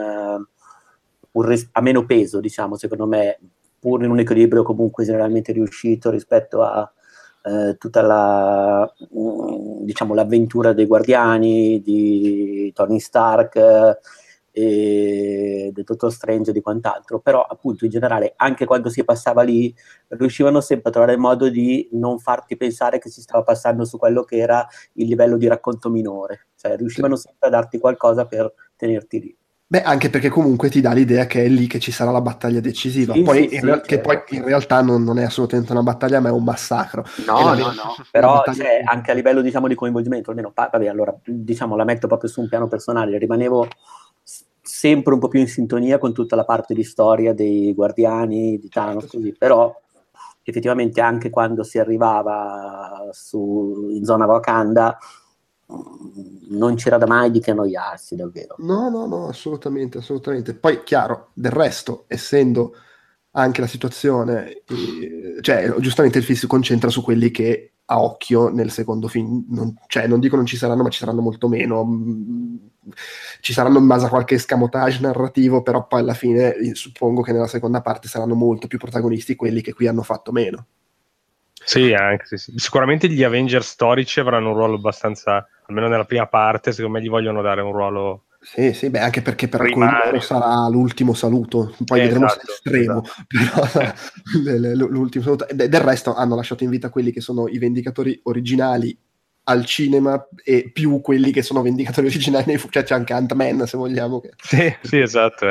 ha meno peso, diciamo, secondo me, pur in un equilibrio comunque generalmente riuscito rispetto a tutta diciamo, l'avventura dei Guardiani, di Tony Stark e del Dottor Strange e di quant'altro. Però appunto in generale, anche quando si passava lì, riuscivano sempre a trovare il modo di non farti pensare che si stava passando su quello che era il livello di racconto minore, cioè riuscivano sempre a darti qualcosa per tenerti lì. Beh, anche perché comunque ti dà l'idea che è lì che ci sarà la battaglia decisiva, Sì, poi, certo. poi in realtà non è assolutamente una battaglia, ma è un massacro. No, però cioè, anche a livello, diciamo, di coinvolgimento, almeno, vabbè, allora, diciamo, la metto proprio su un piano personale, rimanevo sempre un po' più in sintonia con tutta la parte di storia dei Guardiani, di Thanos, così, però effettivamente anche quando si arrivava in zona Wakanda non c'era da mai di che annoiarsi, davvero. No, assolutamente. Poi, chiaro, del resto, essendo anche la situazione, cioè, giustamente il film si concentra su quelli che a occhio nel secondo film, non dico non ci saranno, ma ci saranno molto meno. Ci saranno in base a qualche escamotage narrativo, però poi alla fine suppongo che nella seconda parte saranno molto più protagonisti quelli che qui hanno fatto meno. Sì, anche sì. Sicuramente gli Avengers storici avranno un ruolo abbastanza, almeno nella prima parte, secondo me gli vogliono dare un ruolo. Sì, beh, anche perché per alcuni loro sarà l'ultimo saluto, poi vedremo se è estremo, però l'ultimo saluto. Del resto hanno lasciato in vita quelli che sono i Vendicatori originali al cinema e più quelli che sono Vendicatori originali nei cioè c'è anche Ant-Man, se vogliamo. Sì, esatto,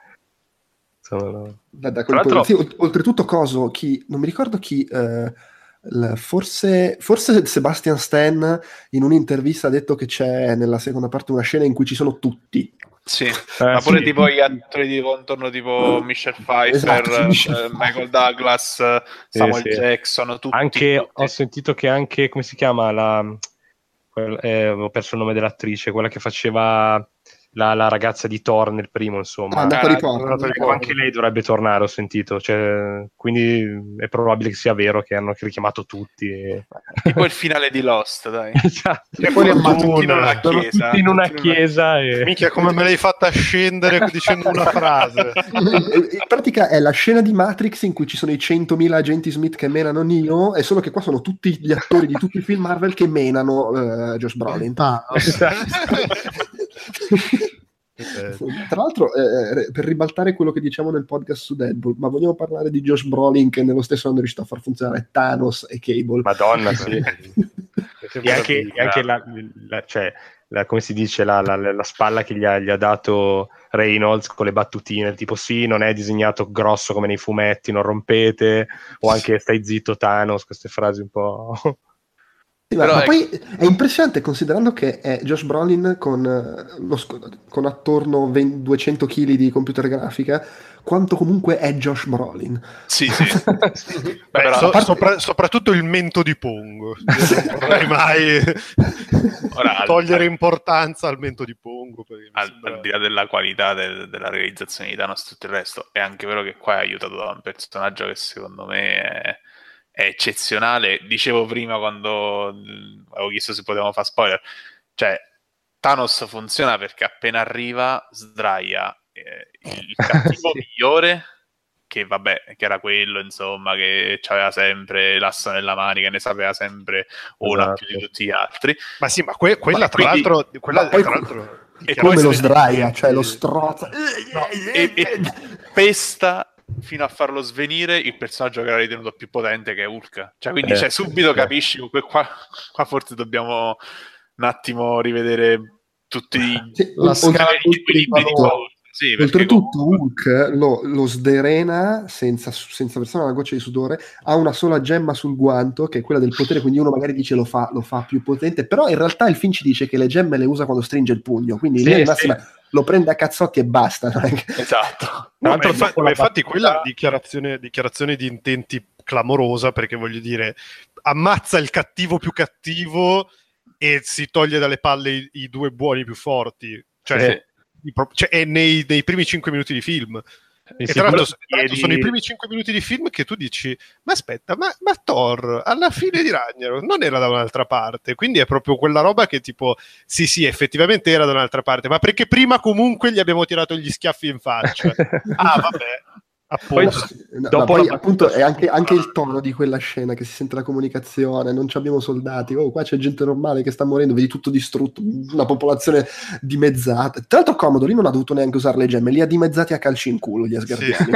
oltretutto non mi ricordo chi forse Sebastian Stan in un'intervista ha detto che c'è nella seconda parte una scena in cui ci sono tutti Sì, ma pure sì. tipo gli attori di contorno tipo Michelle Pfeiffer, Esatto, Michael Douglas, Samuel sì. Jackson, tutti. Anche ho sentito che anche, come si chiama ho perso il nome dell'attrice, quella che faceva la ragazza di Thor nel primo, insomma. Natalie Portman. Ecco, anche lei dovrebbe tornare, ho sentito, cioè, quindi è probabile che sia vero che hanno richiamato tutti. Tipo il finale di Lost, dai. Esatto. E poi li Tutti in ammazzano. una Sono chiesa. tutti in una tutti in una- chiesa e... Minchia, come me l'hai fatta scendere dicendo una frase. In pratica è la scena di Matrix in cui ci sono i 100.000 agenti Smith che menano Neo, è solo che qua sono tutti gli attori di tutti i film Marvel che menano Josh Brolin. Tra l'altro, per ribaltare quello che diciamo nel podcast su Deadpool, ma vogliamo parlare di Josh Brolin che nello stesso anno è riuscito a far funzionare Thanos e Cable? Madonna, sì. E anche cioè, come si dice, la spalla che gli ha dato Reynolds con le battutine, tipo sì, non è disegnato grosso come nei fumetti, non rompete, o anche stai zitto Thanos, queste frasi un po'... Sì, Però ma poi è impressionante considerando che è Josh Brolin con attorno 200 kg di computer grafica, quanto comunque è Josh Brolin. Sì, sì. Beh, Però- soprattutto il mento di Pongo. Io non vorrei mai Ora, togliere importanza al mento di Pongo. Perché mi sembra... al di là della qualità della realizzazione di Thanos e tutto il resto, è anche vero che qua è aiutato da un personaggio che secondo me è eccezionale. Dicevo prima quando avevo chiesto se potevamo fare spoiler, cioè Thanos funziona perché appena arriva sdraia il cattivo migliore, che vabbè, che era quello insomma che aveva sempre l'asso nella manica, che ne sapeva sempre una Esatto. più di tutti gli altri. Ma sì, ma quella Ma tra quindi- l'altro... Quella, ma poi tra l'altro e Come poi lo se- sdraia, cioè lo strozza. e pesta fino a farlo svenire il personaggio che era ritenuto più potente, che è Hulk. Cioè, quindi cioè, subito capisci che qua forse dobbiamo un attimo rivedere tutti Sì, La scala gli equilibri di oltretutto- Hulk. Sì, perché Oltretutto comunque- Hulk lo sdrena senza versare una goccia di sudore, ha una sola gemma sul guanto che è quella del potere, quindi uno magari dice lo fa più potente, però in realtà il film ci dice che le gemme le usa quando stringe il pugno, quindi in Sì, linea di sì. massima lo prende a cazzotti e basta. Non è che- Esatto. Tra No, l'altro, dopo la infatti battuta- quella dichiarazione di intenti clamorosa, perché voglio dire, ammazza il cattivo più cattivo e si toglie dalle palle i due buoni più forti. Cioè, è nei primi 5 minuti di film. E sì, tra l'altro quello sono i primi 5 minuti di film che tu dici ma aspetta, ma Thor alla fine di Ragnarok non era da un'altra parte, quindi è proprio quella roba che tipo sì effettivamente era da un'altra parte, ma perché prima comunque gli abbiamo tirato gli schiaffi in faccia. Ah vabbè, appunto. No, ma poi appunto è anche il tono di quella scena che si sente la comunicazione, non abbiamo soldati, qua c'è gente normale che sta morendo, vedi tutto distrutto, una popolazione dimezzata. Tra l'altro comodo, lì non ha dovuto neanche usare le gemme, li ha dimezzati a calci in culo gli asgardiani.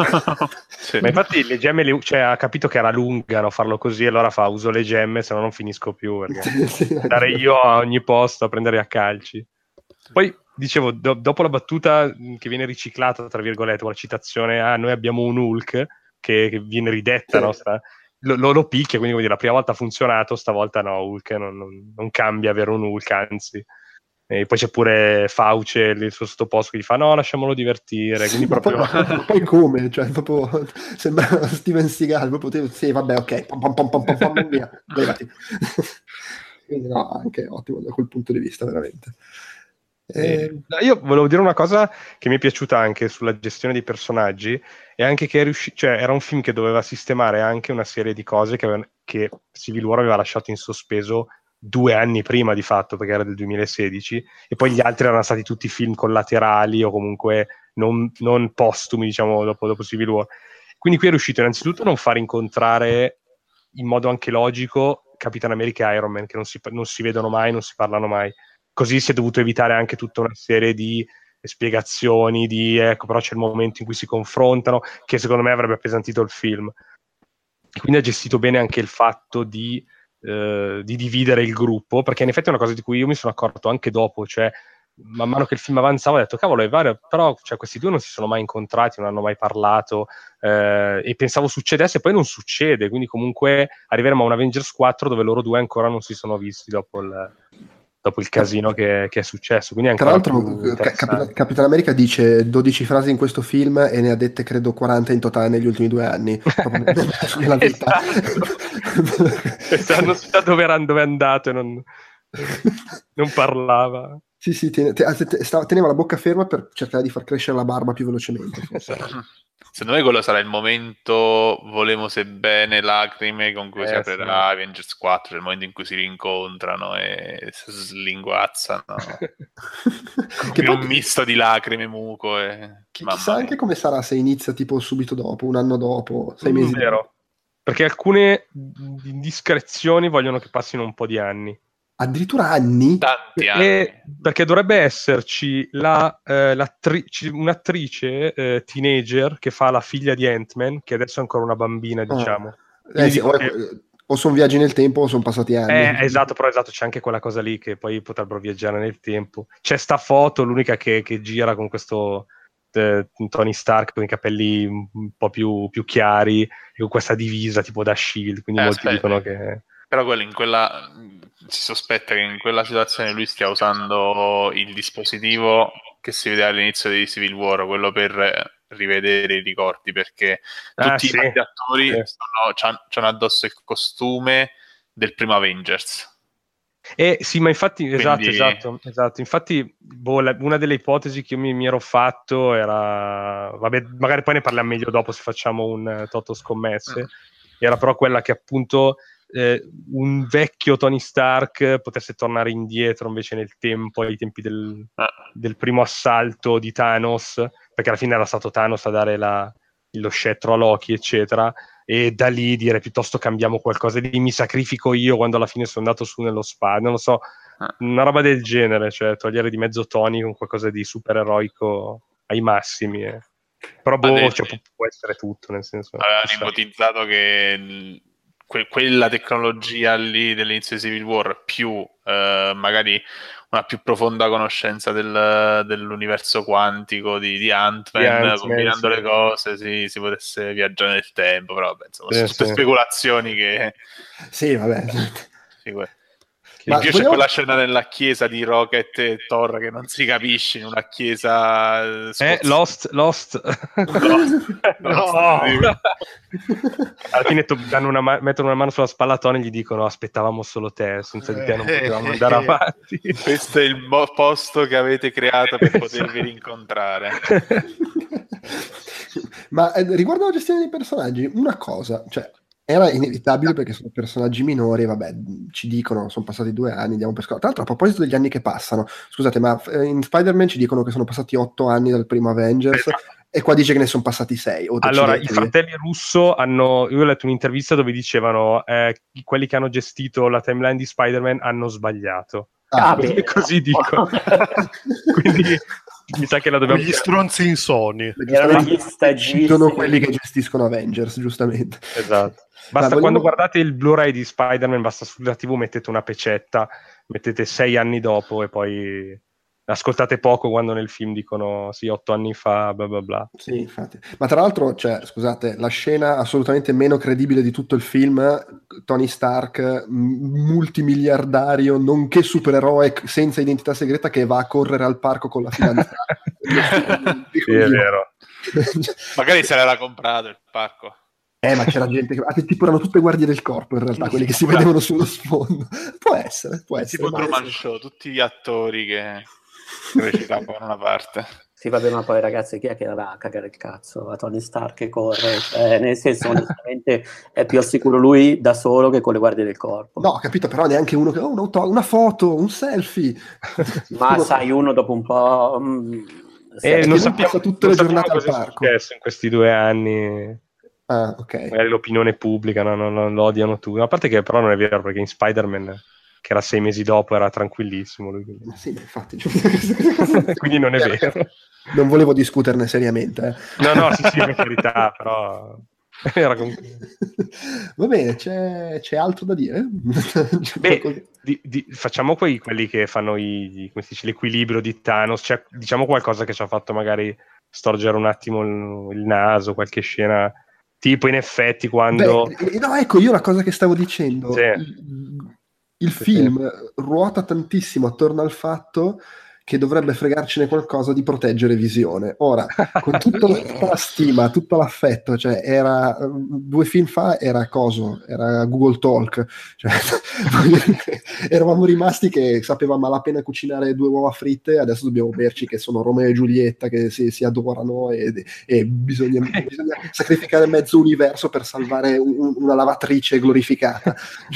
Sì. Ma infatti le gemme, cioè, ha capito che era lunga, no, farlo così, allora uso le gemme, se no non finisco più, perché Sì, andare io a ogni posto a prendere a calci. Poi dicevo, dopo la battuta che viene riciclata, tra virgolette, con la citazione noi abbiamo un Hulk che viene ridetta, no? Lo picchia, quindi vuol dire, la prima volta ha funzionato, stavolta no, Hulk non cambia avere un Hulk, anzi. E poi c'è pure Fauci, il suo sottoposto, che gli fa no, lasciamolo divertire, quindi proprio... poi come? Cioè, proprio sembra Steven Seagal, proprio sì, vabbè, ok, pom, via, levati. Quindi no, anche ottimo da quel punto di vista, veramente. Io volevo dire una cosa che mi è piaciuta anche sulla gestione dei personaggi, e anche che cioè, era un film che doveva sistemare anche una serie di cose che Civil War aveva lasciato in sospeso 2 anni prima di fatto, perché era del 2016, e poi gli altri erano stati tutti film collaterali o comunque non postumi, diciamo, dopo Civil War. Quindi qui è riuscito innanzitutto a non far incontrare in modo anche logico Capitan America e Iron Man, che non si vedono mai, non si parlano mai. Così si è dovuto evitare anche tutta una serie di spiegazioni, ecco, però c'è il momento in cui si confrontano, che secondo me avrebbe appesantito il film. E quindi ha gestito bene anche il fatto di dividere il gruppo, perché in effetti è una cosa di cui io mi sono accorto anche dopo, cioè man mano che il film avanzava ho detto cavolo è vero, però cioè, questi due non si sono mai incontrati, non hanno mai parlato, e pensavo succedesse, poi non succede, quindi comunque arriveremo a un Avengers 4 dove loro due ancora non si sono visti dopo il... dopo il casino che è successo. Quindi è Tra ancora l'altro più interessante. Capitan America dice 12 frasi in questo film e ne ha dette credo 40 in totale negli ultimi 2 anni, proprio nella vita. Non si sa dove è andato e non parlava. Sì, teneva la bocca ferma per cercare di far crescere la barba più velocemente. Secondo me quello sarà il momento volevo sebbene lacrime con cui si aprirà Avengers 4, cioè il momento in cui si rincontrano e si slinguazzano. Che poi, un misto di lacrime, muco e... chissà anche come sarà se inizia tipo subito dopo, un anno dopo, 6 mesi dopo. Vero, perché alcune indiscrezioni vogliono che passino un po' di anni. Addirittura anni? Tanti anni. Perché dovrebbe esserci un'attrice teenager che fa la figlia di Ant-Man, che adesso è ancora una bambina, diciamo. Sì, o sono viaggi nel tempo o sono passati anni. Esatto, però c'è anche quella cosa lì che poi potrebbero viaggiare nel tempo. C'è sta foto, l'unica che gira con questo Tony Stark con i capelli un po' più chiari e con questa divisa tipo da Shield, quindi molti dicono che... Però si sospetta che in quella situazione lui stia usando il dispositivo che si vede all'inizio di Civil War, quello per rivedere i ricordi, perché tutti gli attori c'hanno addosso il costume del primo Avengers. Sì, ma infatti, esatto. Infatti, una delle ipotesi che io mi ero fatto era, vabbè, magari poi ne parliamo meglio dopo se facciamo un Toto scommesse, era però quella che appunto un vecchio Tony Stark potesse tornare indietro invece nel tempo, ai tempi del primo assalto di Thanos, perché alla fine era stato Thanos a dare lo scettro a Loki, eccetera, e da lì dire piuttosto cambiamo qualcosa di mi sacrifico io quando alla fine sono andato su nello spazio, non lo so, una roba del genere, cioè togliere di mezzo Tony con qualcosa di supereroico ai massimi. Però può essere tutto, nel senso, avevano ipotizzato che quella tecnologia lì dell'inizio di Civil War più magari una più profonda conoscenza dell'universo quantico di Ant-Man, combinando le cose si potesse viaggiare nel tempo, però vabbè, insomma, sono tutte speculazioni che... Sì, vabbè. In più c'è quella scena nella chiesa di Rocket e Thor che non si capisce in una chiesa Lost. No. Alla fine mettono una mano sulla spalla a Tony e gli dicono aspettavamo solo te, senza di te non potevamo andare avanti. Questo è il posto che avete creato per potervi rincontrare. Ma riguardo alla gestione dei personaggi, una cosa, cioè era inevitabile perché sono personaggi minori, vabbè, ci dicono, sono passati 2 anni, diamo per scontato. Tra l'altro, a proposito degli anni che passano, scusate, ma in Spider-Man ci dicono che sono passati 8 anni dal primo Avengers, e qua dice che ne sono passati 6. Allora, i fratelli Russo io ho letto un'intervista dove dicevano quelli che hanno gestito la timeline di Spider-Man hanno sbagliato. Così dico. Quindi... mi sa che la dobbiamo gli stronzi insonni sono quelli che gestiscono Avengers, giustamente. Esatto. Basta quando guardate il Blu-ray di Spider-Man, basta sulla TV mettete una pecetta, mettete 6 anni dopo e poi ascoltate poco quando nel film dicono sì 8 anni fa bla bla bla. Sì, infatti. Ma tra l'altro, cioè, scusate, la scena assolutamente meno credibile di tutto il film, Tony Stark multimiliardario nonché supereroe senza identità segreta che va a correre al parco con la fidanzata. Sì, è vero. Magari se l'era comprato il parco. Ma c'era gente che tipo erano tutte guardie del corpo in realtà, quelli che si vedevano sullo sfondo. Può essere. Tipo Truman Show, tutti gli attori che recitavano una parte. Sì, vabbè, ma poi ragazzi, chi è che va a cagare il cazzo a Tony Stark che corre? Nel senso, onestamente è più sicuro lui da solo che con le guardie del corpo. No, ho capito, però neanche uno che una foto, un selfie. Ma sai, uno dopo un po'... non sappiamo tutte le giornate al parco. È successo in questi 2 anni. Ok. Magari l'opinione pubblica non lo odiano tutti. A parte che però non è vero, perché in Spider-Man, che era 6 mesi dopo, era tranquillissimo lui. Sì, infatti. Quindi non è vero. Non volevo discuterne seriamente. No, sì, per carità, però... era comunque... Va bene, c'è altro da dire? Facciamo quelli che fanno come si dice, l'equilibrio di Thanos, cioè, diciamo qualcosa che ci ha fatto magari storgere un attimo il naso, qualche scena... Tipo in effetti quando... no, ecco, io la cosa che stavo dicendo, sì. il film ruota tantissimo attorno al fatto che dovrebbe fregarcene qualcosa di proteggere Visione. Ora, con tutta la stima, tutto l'affetto, cioè era 2 film fa era Google Talk, cioè, eravamo rimasti che sapeva malapena cucinare 2 uova fritte, adesso dobbiamo berci che sono Romeo e Giulietta che si adorano e bisogna sacrificare mezzo universo per salvare una lavatrice glorificata.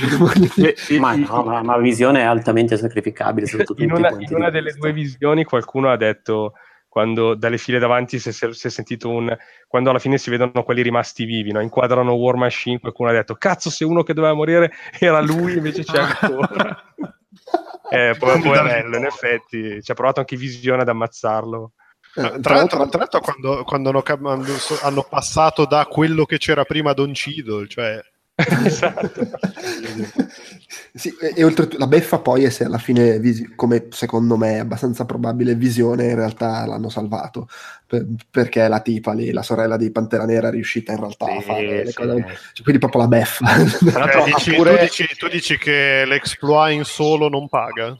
Ma Visione è altamente sacrificabile sotto tutti i punti di una delle vista. 2 visioni qualcuno ha detto, quando dalle file davanti si è sentito quando alla fine si vedono quelli rimasti vivi, no? Inquadrano War Machine, qualcuno ha detto cazzo, se uno che doveva morire era lui invece c'è ancora. Poverello, in effetti ci ha provato anche Visione ad ammazzarlo. Tra l'altro quando hanno passato da quello che c'era prima Don Cheadle, cioè Esatto. Sì, e oltretutto la beffa poi è se alla fine, come secondo me è abbastanza probabile, Visione in realtà l'hanno salvato perché la tipa lì, la sorella di Pantera Nera, è riuscita in realtà a fare le cose, cioè, quindi proprio la beffa. tu dici che l'exploit in solo non paga?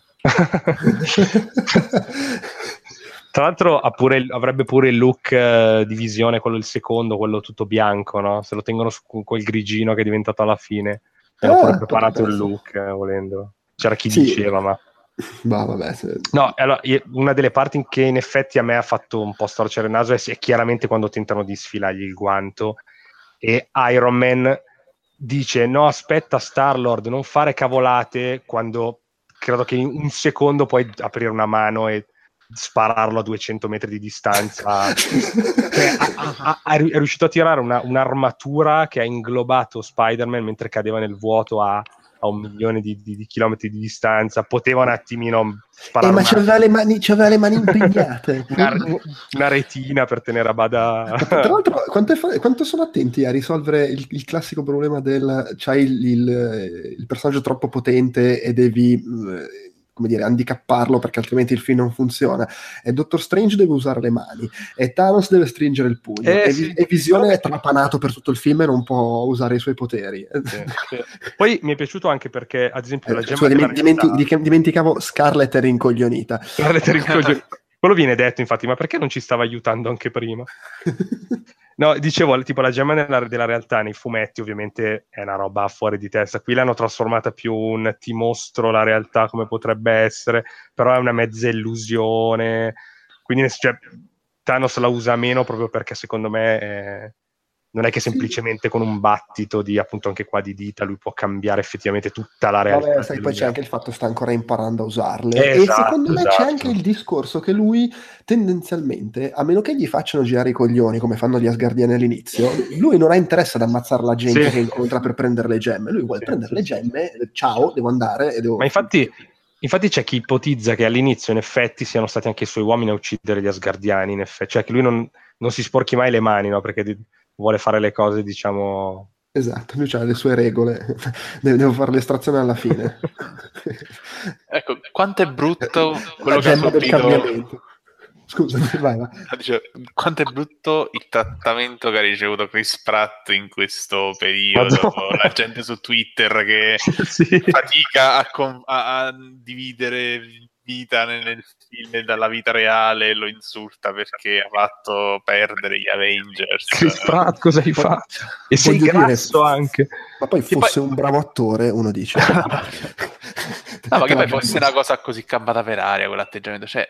Tra l'altro avrebbe pure il look di Visione, quello il secondo, quello tutto bianco, no? Se lo tengono su quel grigino che è diventato alla fine. E hanno pure preparato il look, volendo. C'era chi diceva, ma... vabbè, No, allora, una delle parti che in effetti a me ha fatto un po' storcere il naso è chiaramente quando tentano di sfilargli il guanto e Iron Man dice no, aspetta Star-Lord, non fare cavolate, quando credo che in un secondo puoi aprire una mano e spararlo a 200 metri di distanza. Cioè, è riuscito a tirare un'armatura che ha inglobato Spider-Man mentre cadeva nel vuoto a 1 milione di chilometri di distanza. Poteva un attimino sparare ma c'aveva le mani impegnate. una retina per tenere a bada. Tra l'altro, quanto sono attenti a risolvere il classico problema del c'hai il personaggio troppo potente e devi come dire, handicapparlo perché altrimenti il film non funziona, e Doctor Strange deve usare le mani e Thanos deve stringere il pugno e Visione è trapanato per tutto il film e non può usare i suoi poteri. Sì. Poi mi è piaciuto anche perché ad esempio la gemma dimenticavo Scarlett è rincoglionita. Quello viene detto infatti, ma perché non ci stava aiutando anche prima? No, dicevo, tipo la gemma della realtà nei fumetti ovviamente è una roba fuori di testa. Qui l'hanno trasformata più un ti mostro la realtà come potrebbe essere, però è una mezza illusione. Quindi cioè, Thanos la usa meno proprio perché secondo me non è che semplicemente con un battito di appunto anche qua di dita lui può cambiare effettivamente tutta la realtà. Vabbè, sai, poi c'è anche il fatto che sta ancora imparando a usarle. E secondo me c'è anche il discorso che lui tendenzialmente, a meno che gli facciano girare i coglioni come fanno gli Asgardiani all'inizio, lui non ha interesse ad ammazzare la gente che incontra per prendere le gemme. Lui vuole prendere le gemme, ciao, devo andare e devo... Ma infatti c'è chi ipotizza che all'inizio in effetti siano stati anche i suoi uomini a uccidere gli Asgardiani, in effetti. Cioè che lui non si sporchi mai le mani, no? Perché vuole fare le cose, diciamo... Esatto, lui ha le sue regole, devo fare l'estrazione alla fine. Ecco, quanto è brutto quello la che ha del subito... cambiamento. Scusami, vai. Dice, quanto è brutto il trattamento che ha ricevuto Chris Pratt in questo periodo. La gente su Twitter che fatica a dividere vita nel film dalla vita reale e lo insulta perché ha fatto perdere gli Avengers. Chris Pratt, cosa hai fatto? E sei grasso anche. Ma poi fosse un bravo attore, uno dice. No, ma che poi fosse una cosa così campata per aria quell'atteggiamento, cioè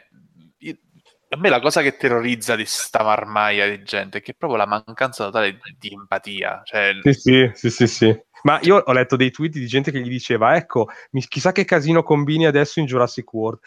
a me la cosa che terrorizza di sta marmaia di gente è che è proprio la mancanza totale di empatia. Cioè... Sì. Ma io ho letto dei tweet di gente che gli diceva ecco, chissà che casino combini adesso in Jurassic World.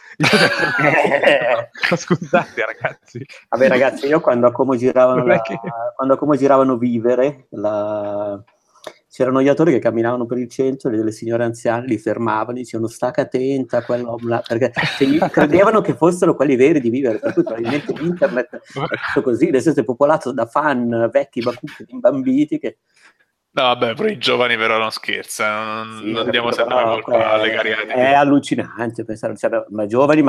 Ma scusate ragazzi. Vabbè ragazzi, io quando a Como giravano Vivere, c'erano gli attori che camminavano per il centro e delle signore anziane li fermavano e dicevano stacca attenta a quell'uomo là, perché credevano che fossero quelli veri di Vivere, per cui probabilmente l'internet è così, nel senso è popolato da fan vecchi bacucchi imbambiti che... No vabbè, pure i giovani però non scherza, non andiamo sempre la colpa alle cariche. È allucinante pensare, cioè, ma giovani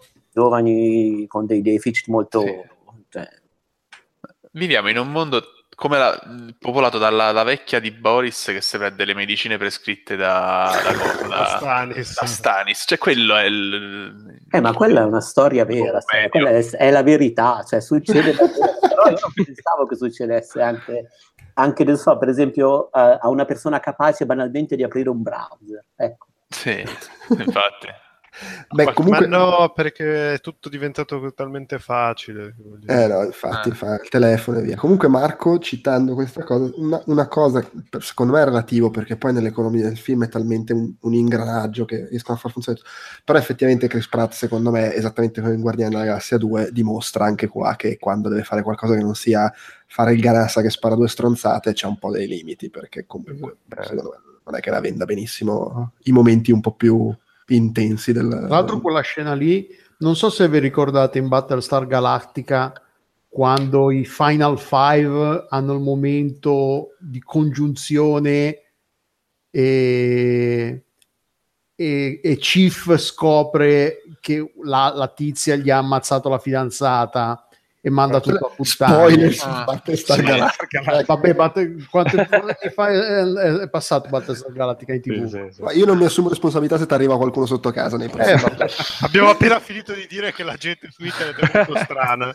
con dei deficit molto... Sì. Cioè... Viviamo in un mondo popolato dalla vecchia di Boris che si prende le medicine prescritte da Stanis. Cioè quello è ma quella è una storia vera, quella è la verità, cioè succede davvero. Però io non pensavo che succedesse anche non so, per esempio a una persona capace banalmente di aprire un browser, ecco. Sì, infatti. Beh, comunque... Ma no, perché è tutto diventato talmente facile. No, infatti, fa il telefono e via. Comunque Marco, citando questa cosa, una cosa secondo me è relativo, perché poi nell'economia del film è talmente un ingranaggio che riescono a far funzionare tutto. Però effettivamente Chris Pratt, secondo me, esattamente come in Guardiani della Galassia 2, dimostra anche qua che quando deve fare qualcosa che non sia fare il ganassa che spara 2 stronzate, c'è un po' dei limiti, perché comunque secondo me non è che la venda benissimo i momenti un po' più intensi Tra l'altro quella scena lì, non so se vi ricordate in Battlestar Galactica quando i Final Five hanno il momento di congiunzione e Chief scopre che la tizia gli ha ammazzato la fidanzata e manda tutto a puttane. Spoiler su Battlestar Galactica. Vabbè, quanti anni fa è passato Battlestar Galactica in TV? Sì. Ma io non mi assumo responsabilità se ti arriva qualcuno sotto casa nei prossimi Abbiamo appena finito di dire che la gente su internet è molto strana.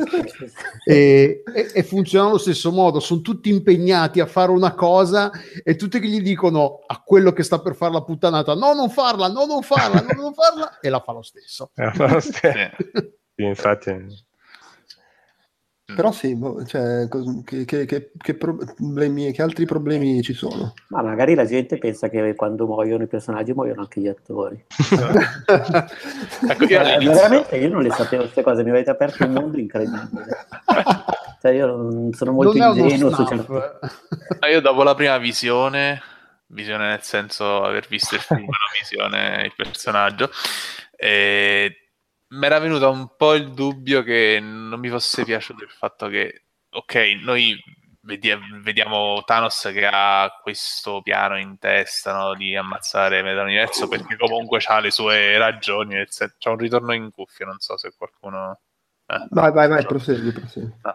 E funziona allo stesso modo, sono tutti impegnati a fare una cosa e tutti che gli dicono a quello che sta per fare la puttanata non farla e la fa lo stesso. Sì, infatti. Però sì, cioè, che altri problemi ci sono? Ma magari la gente pensa che quando muoiono i personaggi muoiono anche gli attori. Ecco, veramente io non le sapevo queste cose, mi avete aperto un mondo incredibile. Cioè, io sono molto ingenuo su certe... Io dopo la prima visione nel senso aver visto il film, la visione, il personaggio, mi era venuto un po' il dubbio che non mi fosse piaciuto il fatto che, ok, noi vediamo Thanos che ha questo piano in testa, no, di ammazzare metà universo, perché comunque ha le sue ragioni, c'è un ritorno in cuffia, non so se qualcuno... Vai, prosegui. No.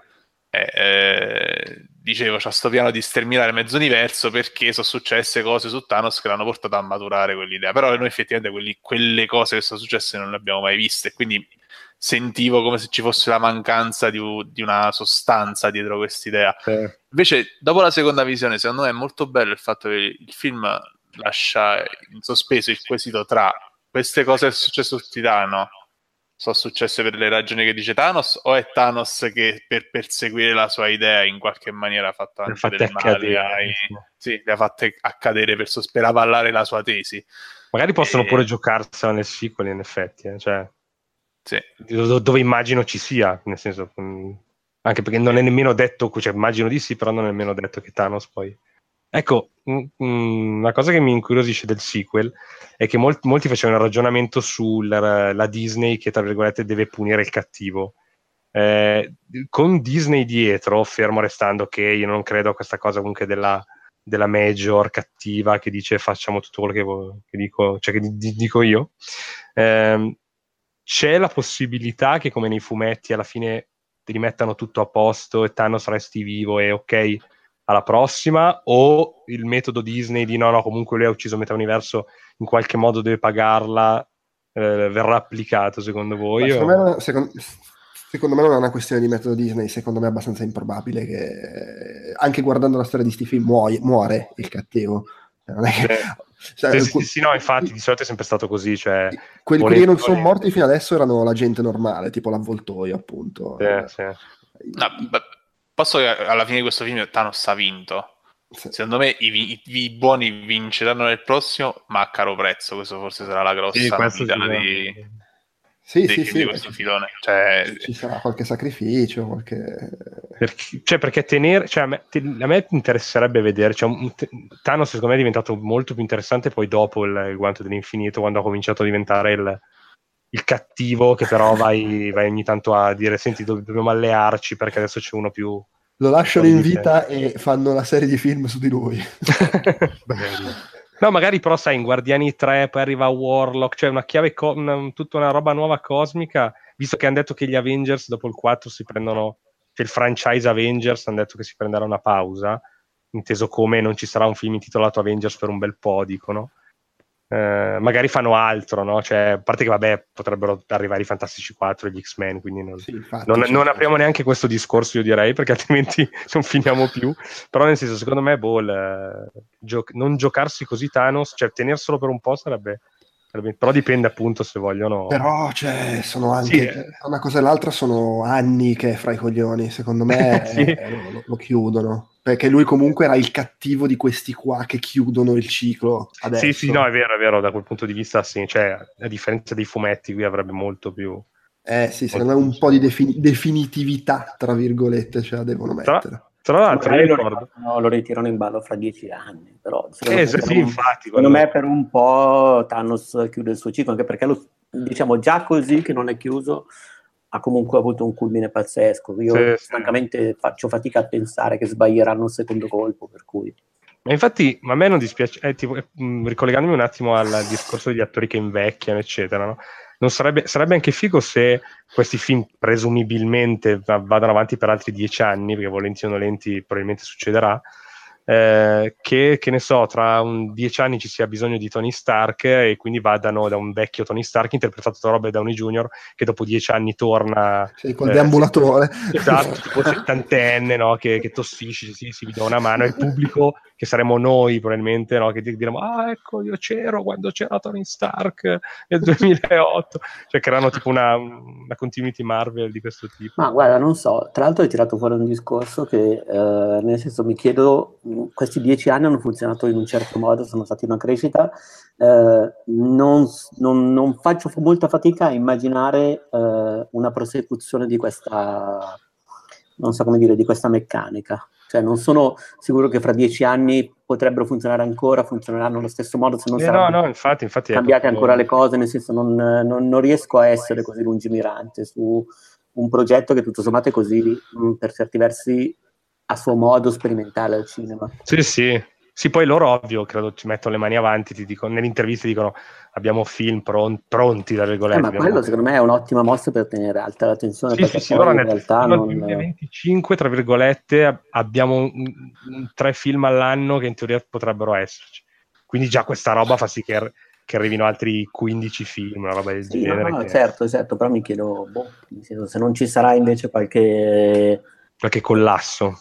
Dicevo, c'ha sto piano di sterminare mezzo universo perché sono successe cose su Thanos che l'hanno portato a maturare quell'idea, però noi effettivamente quelle cose che sono successe non le abbiamo mai viste, quindi sentivo come se ci fosse la mancanza di una sostanza dietro quest'idea. Invece dopo la seconda visione secondo me è molto bello il fatto che il film lascia in sospeso il quesito tra queste cose che sono successe su Titano sono successe per le ragioni che dice Thanos, o è Thanos che per perseguire la sua idea in qualche maniera ha fatto anche del male le ha fatte accadere per avallare la sua tesi. Magari possono pure giocarsela nel sequel, in effetti, cioè sì. Dove immagino ci sia, nel senso, anche perché non è nemmeno detto, cioè immagino di sì, però non è nemmeno detto che Thanos poi... Ecco, una cosa che mi incuriosisce del sequel è che molti facevano il ragionamento sulla Disney che, tra virgolette, deve punire il cattivo. Con Disney dietro, fermo restando che io non credo a questa cosa comunque della major cattiva che dice facciamo tutto quello che dico, cioè che dico io, c'è la possibilità che, come nei fumetti, alla fine ti rimettano tutto a posto e Thanos resti vivo e ok, alla prossima, o il metodo Disney di no, comunque lui ha ucciso metà universo, in qualche modo deve pagarla, verrà applicato secondo voi? Secondo me non è una questione di metodo Disney, secondo me è abbastanza improbabile che anche guardando la storia di sti film muore il cattivo. Non è che... sì, no, infatti di solito è sempre stato così, cioè quelli che non sono morti fino adesso erano la gente normale, tipo l'avvoltoio, appunto. Sì. No, posso che alla fine di questo film Thanos ha vinto. Sì. Secondo me i buoni vinceranno nel prossimo, ma a caro prezzo. Questo forse sarà la grossa novità di questo filone. Cioè... Ci sarà qualche sacrificio, perché a me interesserebbe vedere, Thanos secondo me è diventato molto più interessante poi dopo il guanto dell'infinito, quando ha cominciato a diventare il cattivo che però vai ogni tanto a dire senti dobbiamo allearci perché adesso c'è uno più... Lo lasciano in vita e fanno la serie di film su di lui. No, magari però sai in Guardiani 3 poi arriva Warlock, cioè una chiave tutta una roba nuova cosmica, visto che hanno detto che gli Avengers dopo il 4 si prendono il franchise Avengers hanno detto che si prenderà una pausa, inteso come non ci sarà un film intitolato Avengers per un bel po', dicono. Magari fanno altro, no? Cioè, a parte che vabbè, potrebbero arrivare i Fantastici 4 e gli X-Men, quindi non apriamo neanche questo discorso, io direi, perché altrimenti non finiamo più. Però nel senso, secondo me non giocarsi così Thanos, cioè tenerselo per un po' sarebbe, però dipende appunto se vogliono. Però cioè, sono anche una cosa e l'altra, sono anni che è fra i coglioni, secondo me lo chiudono, perché lui comunque era il cattivo di questi qua che chiudono il ciclo adesso. Sì, no, è vero, da quel punto di vista sì, cioè a differenza dei fumetti qui avrebbe molto più sì, secondo me un po' di definitività, tra virgolette, ce la devono mettere. Tra l'altro lo ritirano in ballo fra 10 anni, però secondo me per un po' Thanos chiude il suo ciclo, anche perché diciamo già così che non è chiuso ha comunque avuto un culmine pazzesco. Io francamente faccio fatica a pensare che sbaglieranno un secondo colpo, per cui. Ma infatti a me non dispiace, ricollegandomi un attimo al discorso degli attori che invecchiano eccetera, no? Non sarebbe anche figo se questi film presumibilmente vadano avanti per altri 10 anni, perché volenti o nolenti probabilmente succederà, che ne so, tra 10 anni ci sia bisogno di Tony Stark e quindi vadano da un vecchio Tony Stark interpretato da Robert Downey Jr. che dopo 10 anni torna col deambulatore, esatto, tipo settantenne, no? che tossisce, si dà una mano, e il pubblico, che saremo noi probabilmente, no? Che diremo ecco, io c'ero quando c'era Tony Stark nel 2008, cioè creano tipo una continuity Marvel di questo tipo. Ma guarda, non so, tra l'altro hai tirato fuori un discorso che nel senso mi chiedo, questi 10 anni hanno funzionato in un certo modo, sono stati una crescita, non faccio molta fatica a immaginare una prosecuzione di questa, non so come dire, di questa meccanica. Cioè non sono sicuro che fra 10 anni potrebbero funzioneranno allo stesso modo, se non saranno infatti cambiate ancora le cose, nel senso non riesco a essere così lungimirante su un progetto che tutto sommato è così, per certi versi, a suo modo sperimentale al cinema. Sì, poi loro ovvio credo ci mettono le mani avanti, ti dicono, nelle interviste dicono abbiamo film pronti tra virgolette. Ma quello secondo me è un'ottima mossa per tenere alta la tensione, perché poi in realtà nel 2025 tra virgolette abbiamo 3 film all'anno che in teoria potrebbero esserci, quindi già questa roba fa sì che arrivino altri 15 film, una roba del genere. No, certo, però mi chiedo se non ci sarà invece qualche collasso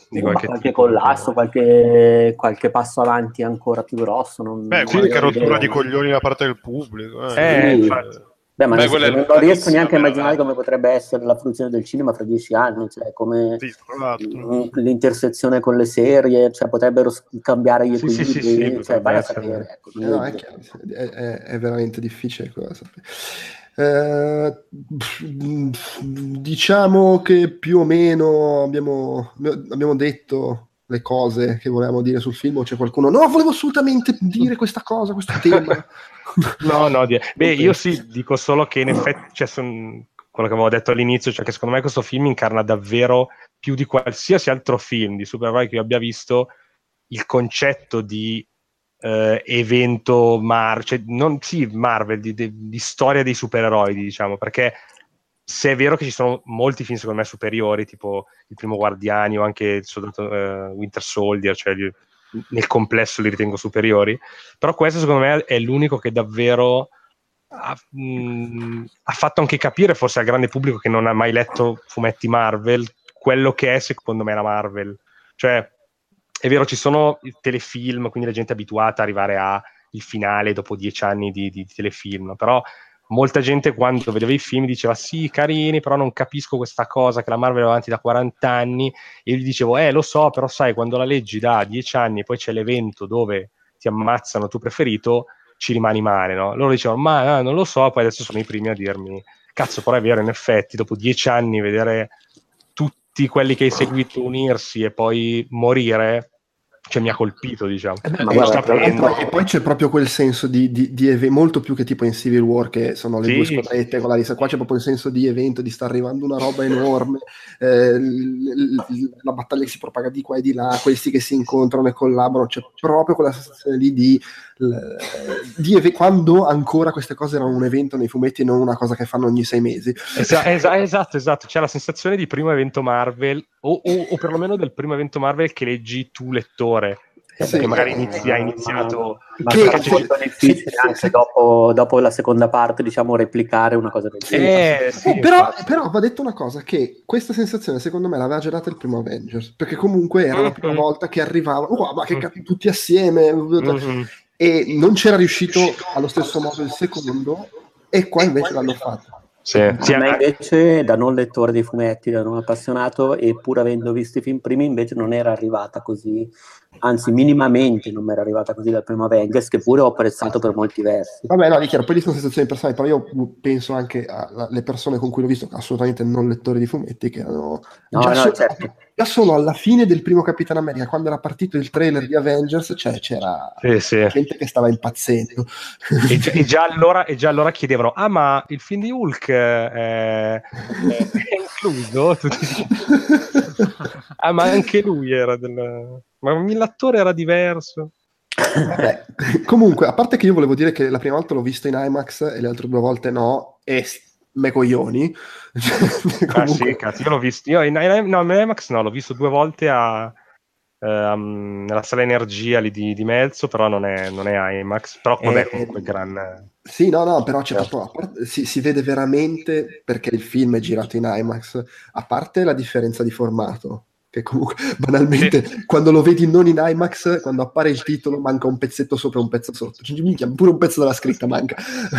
qualche passo avanti ancora più grosso, qualche rottura di coglioni da parte del pubblico, ma non riesco neanche a immaginare come potrebbe essere la fruizione del cinema fra 10 anni, cioè come l'intersezione con le serie, cioè potrebbero cambiare gli equilibri, cioè vai a sapere, ecco, è veramente difficile cosa. Diciamo che più o meno abbiamo detto le cose che volevamo dire sul film, o c'è qualcuno volevo assolutamente dire questa cosa, questo tema. Io sì, dico solo che in effetti, cioè, quello che avevo detto all'inizio, cioè che secondo me questo film incarna davvero più di qualsiasi altro film di supereroi che io abbia visto il concetto di evento Marvel, di storia dei supereroi, diciamo, perché se è vero che ci sono molti film secondo me superiori, tipo il primo Guardiani o anche il soldato Winter Soldier, cioè nel complesso li ritengo superiori, però questo secondo me è l'unico che davvero ha fatto anche capire forse al grande pubblico che non ha mai letto fumetti Marvel quello che è secondo me la Marvel. Cioè è vero, ci sono i telefilm, quindi la gente è abituata ad arrivare al finale dopo 10 anni di telefilm, però molta gente quando vedeva i film diceva sì, carini, però non capisco questa cosa che la Marvel è avanti da 40 anni, e io gli dicevo lo so, però sai, quando la leggi da 10 anni e poi c'è l'evento dove ti ammazzano il tuo preferito, ci rimani male, no? Loro dicevano ma non lo so, poi adesso sono i primi a dirmi cazzo, però è vero, in effetti dopo 10 anni vedere tutti quelli che hai seguito unirsi e poi morire, cioè mi ha colpito, diciamo. E poi c'è proprio quel senso di molto più che tipo in Civil War, che sono le due squadrette con la rissa. Qua c'è proprio il senso di evento, di sta arrivando una roba enorme, la battaglia che si propaga di qua e di là, questi che si incontrano e collaborano, c'è proprio quella sensazione lì di quando ancora queste cose erano un evento nei fumetti e non una cosa che fanno ogni 6 mesi. Esatto, c'è la sensazione di primo evento Marvel o perlomeno del primo evento Marvel che leggi tu lettore, che magari ha iniziato... Ma sarà molto difficile anche dopo la seconda parte, diciamo, replicare una cosa del genere. Però va detto una cosa, che questa sensazione secondo me l'aveva già data il primo Avengers, perché comunque era la prima volta che arrivava, ma che tutti assieme, e non c'era riuscito allo stesso modo il secondo, e qua invece l'hanno fatto. A me invece, da non lettore dei fumetti, da non appassionato, e pur avendo visto i film primi, invece non era arrivata così, anzi minimamente non mi era arrivata così dal primo Avengers, che pure ho apprezzato per molti versi. Vabbè, no, di chiaro, poi lì sono sensazioni personali, però io penso anche alle persone con cui l'ho visto, assolutamente non lettori di fumetti, che erano certo. Già solo alla fine del primo Capitan America, quando era partito il trailer di Avengers, c'era gente che stava impazzendo. E già allora chiedevano: ma il film di Hulk è incluso? Ma anche lui era ma l'attore era diverso. Vabbè. Comunque, a parte che io volevo dire che la prima volta l'ho visto in IMAX e le altre 2 volte no, e me coglioni. Sì, cazzo, io l'ho visto in IMAX l'ho visto 2 volte nella sala Energia lì di Melzo, però non è IMAX, però vabbè, comunque gran... Sì, no, però c'è proprio, si vede veramente, perché il film è girato in IMAX, a parte la differenza di formato, che comunque banalmente quando lo vedi non in IMAX, quando appare il titolo manca un pezzetto sopra un pezzo sotto, minchia, pure un pezzo della scritta manca.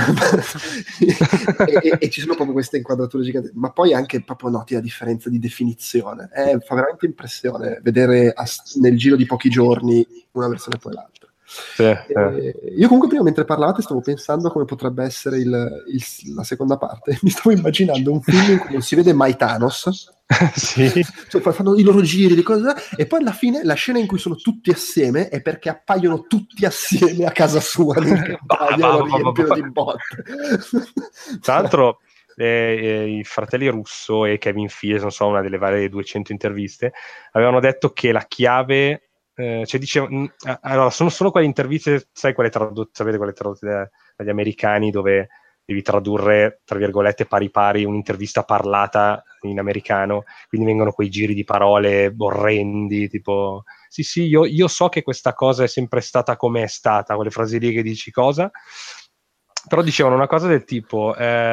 e ci sono proprio queste inquadrature giganti, ma poi anche proprio noti la differenza di definizione, fa veramente impressione vedere nel giro di pochi giorni una versione e poi l'altra. Io comunque prima, mentre parlavate, stavo pensando a come potrebbe essere la seconda parte. Mi stavo immaginando un film in cui non si vede mai Thanos, cioè fanno i loro giri di cose, e poi alla fine la scena in cui sono tutti assieme è perché appaiono tutti assieme a casa sua nel riempiono di botte. Tra l'altro i fratelli Russo e Kevin Feige, non so, una delle varie 200 interviste, avevano detto che la chiave, cioè dicevano, allora sono solo quelle interviste, sai, sapete quelle tradotte dagli americani, dove devi tradurre, tra virgolette, pari un'intervista parlata in americano, quindi vengono quei giri di parole orrendi, tipo sì, io so che questa cosa è sempre stata come è stata, quelle frasi lì che dici cosa, però dicevano una cosa del tipo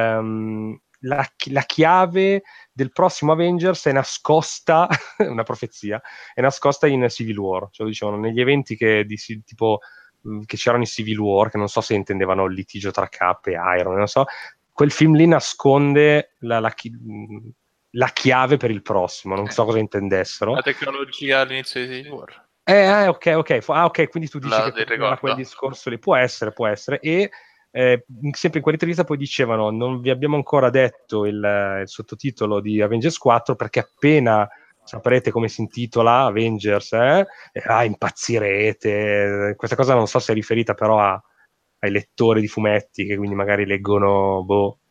la chiave del prossimo Avengers è nascosta, una profezia, è nascosta in Civil War, cioè dicevano negli eventi che c'erano in Civil War, che non so se intendevano il litigio tra Cap e Iron, non so, quel film lì nasconde la chiave per il prossimo, non so cosa intendessero. La tecnologia all'inizio di Civil War. Ok, quindi tu dici che era quel discorso lì, può essere, e sempre in quell'intervista poi dicevano: non vi abbiamo ancora detto il sottotitolo di Avengers 4, perché appena saprete come si intitola Avengers, impazzirete. Questa cosa non so se è riferita però ai lettori di fumetti, che quindi magari leggono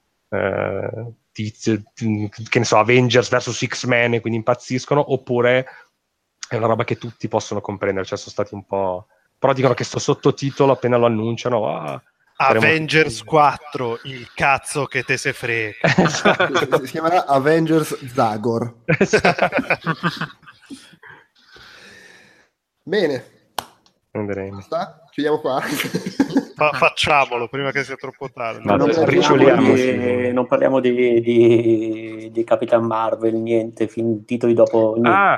che ne so, Avengers vs X-Men e quindi impazziscono, oppure è una roba che tutti possono comprendere, cioè sono stati un po'... però dicono che sto sottotitolo appena lo annunciano Avengers 4, il cazzo che te se frega. Si chiamerà Avengers Zagor. Bene, basta? Chiudiamo qua. Facciamolo prima che sia troppo tardi. Non parliamo di Capitan Marvel, niente, titoli dopo.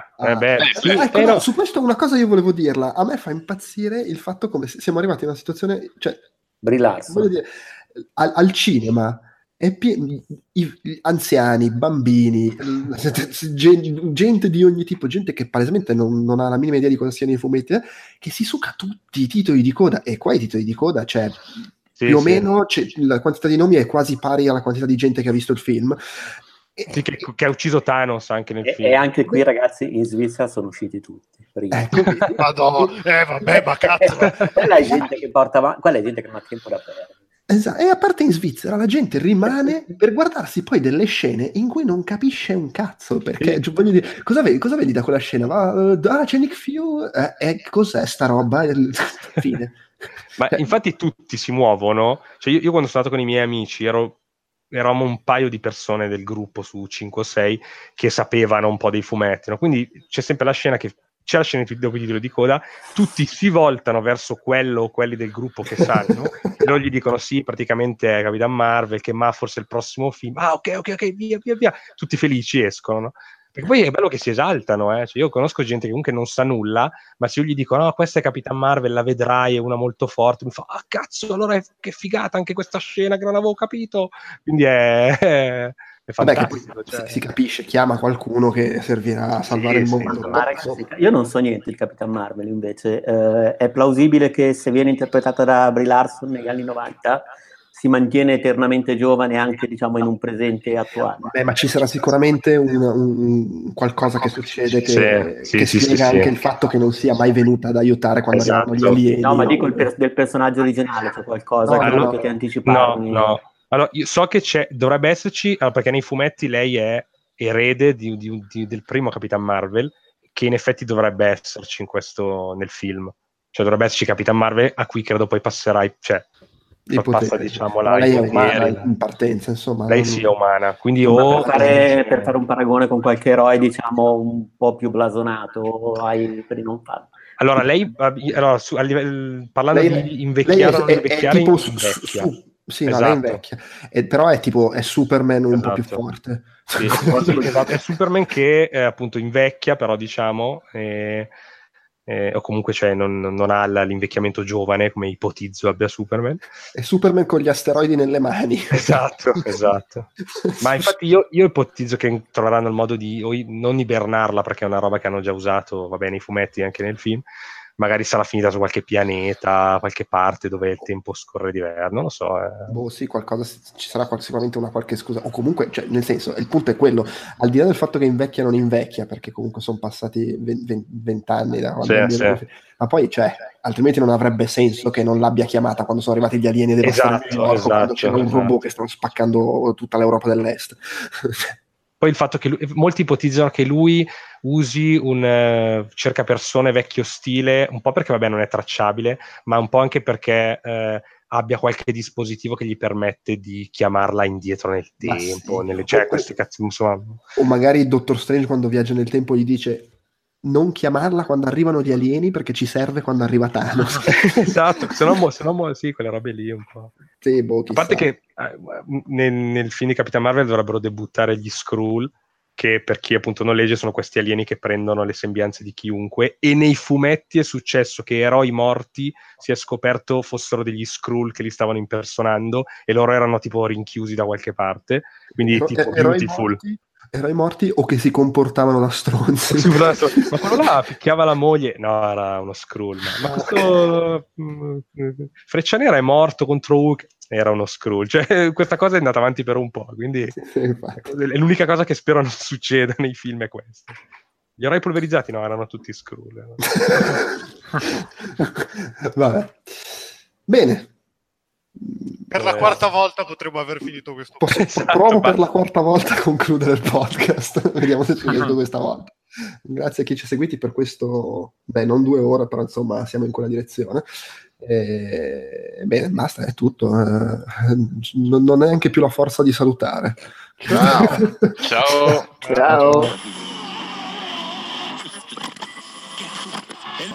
Su questo una cosa io volevo dirla. A me fa impazzire il fatto come siamo arrivati in una situazione, cioè, voglio dire, al cinema è anziani, bambini, gente di ogni tipo, gente che palesemente non ha la minima idea di cosa siano i fumetti, che si succa tutti i titoli di coda, e qua i titoli di coda, cioè più o meno la quantità di nomi è quasi pari alla quantità di gente che ha visto il film. Che ha uciso Thanos anche nel film. E anche qui, ragazzi, in Svizzera sono usciti tutti. Vabbè, ma cazzo. Quella è gente che non ha tempo da perdere. Esatto. E a parte in Svizzera la gente rimane per guardarsi poi delle scene in cui non capisce un cazzo, perché voglio dire, cosa vedi da quella scena? C'è Nick Fury, cos'è sta roba? Fine. Ma infatti tutti si muovono, cioè io quando sono andato con i miei amici ero eravamo un paio di persone del gruppo su 5 o 6 che sapevano un po' dei fumetti, no? Quindi c'è sempre la scena che c'è la scena dopo il titolo di coda, tutti si voltano verso quello o quelli del gruppo che sanno, e loro gli dicono sì, praticamente è Capitan Marvel, che ma forse il prossimo film, ok, via, tutti felici escono, no? Perché poi è bello che si esaltano, cioè, io conosco gente che comunque non sa nulla, ma se io gli dico no, questa è Capitan Marvel, la vedrai, è una molto forte, mi fa cazzo, allora che figata anche questa scena che non avevo capito, quindi è fantastico. Vabbè, che si capisce, chiama qualcuno che servirà a salvare il mondo. Io non so niente di Capitan Marvel, invece è plausibile che se viene interpretata da Brie Larson negli anni 90 si mantiene eternamente giovane anche, diciamo, in un presente attuale. Ma ci sarà sicuramente un qualcosa che succede che spiega anche il fatto che non sia mai venuta ad aiutare quando arrivano gli alieni. No, ma dico del personaggio originale, c'è qualcosa che non potete anticipare. No. Allora, io so che dovrebbe esserci, perché nei fumetti lei è erede del primo Capitan Marvel, che in effetti dovrebbe esserci nel film. Cioè dovrebbe esserci Capitan Marvel, a cui credo poi passerai, cioè passa, diciamo, lei è umana in partenza, insomma. Lei sì è umana, quindi per fare un paragone con qualche eroe, diciamo, un po' più blasonato, hai per non farlo. Allora, lei, parlando di invecchiare o non invecchiare, è tipo invecchia. Sì, esatto. No, lei invecchia. Però è Superman un po' più forte. Sì, esatto. È Superman che appunto invecchia, però diciamo, o comunque non ha l'invecchiamento giovane, come ipotizzo abbia Superman. È Superman con gli asteroidi nelle mani. Esatto. Ma infatti io ipotizzo che troveranno il modo di non ibernarla, perché è una roba che hanno già usato, va bene, nei fumetti e anche nel film. Magari sarà finita su qualche pianeta, qualche parte dove il tempo scorre diverso, non lo so. Sì, qualcosa, ci sarà sicuramente una qualche scusa, o comunque, cioè, nel senso, il punto è quello, al di là del fatto che invecchia o non invecchia, perché comunque sono passati 20 anni da quando ma poi, cioè, altrimenti non avrebbe senso che non l'abbia chiamata quando sono arrivati gli alieni dello quando c'era un robot che stanno spaccando tutta l'Europa dell'Est. Poi il fatto che molti ipotizzano che lui usi un cercapersone vecchio stile, un po' perché vabbè non è tracciabile, ma un po' anche perché abbia qualche dispositivo che gli permette di chiamarla indietro nel tempo, sì. questi cazzi, insomma. O magari Dottor Strange quando viaggia nel tempo gli dice non chiamarla quando arrivano gli alieni perché ci serve quando arriva Thanos. Esatto, se no sì, quelle robe lì un po'. Sì, a parte che nel film di Capitan Marvel dovrebbero debuttare gli Skrull, che per chi appunto non legge sono questi alieni che prendono le sembianze di chiunque, e nei fumetti è successo che eroi morti si è scoperto fossero degli Skrull che li stavano impersonando e loro erano tipo rinchiusi da qualche parte, quindi tipo Beautiful. Eroi morti o che si comportavano da stronzi. Ma quello là picchiava la moglie, no, era uno Skrull, ma questo Freccia Nera è morto contro Hulk, era uno Skrull, cioè questa cosa è andata avanti per un po', quindi è l'unica cosa che spero non succeda nei film è questo. Gli eroi polverizzati no, erano tutti Skrull. Vabbè, bene. Per la quarta volta potremmo aver finito questo provo per la quarta volta a concludere il podcast. Vediamo se ci vedo questa volta. Grazie a chi ci ha seguiti per questo, non 2 ore, però insomma siamo in quella direzione. Bene, basta, è tutto. Non è neanche più la forza di salutare. Ciao. Ciao.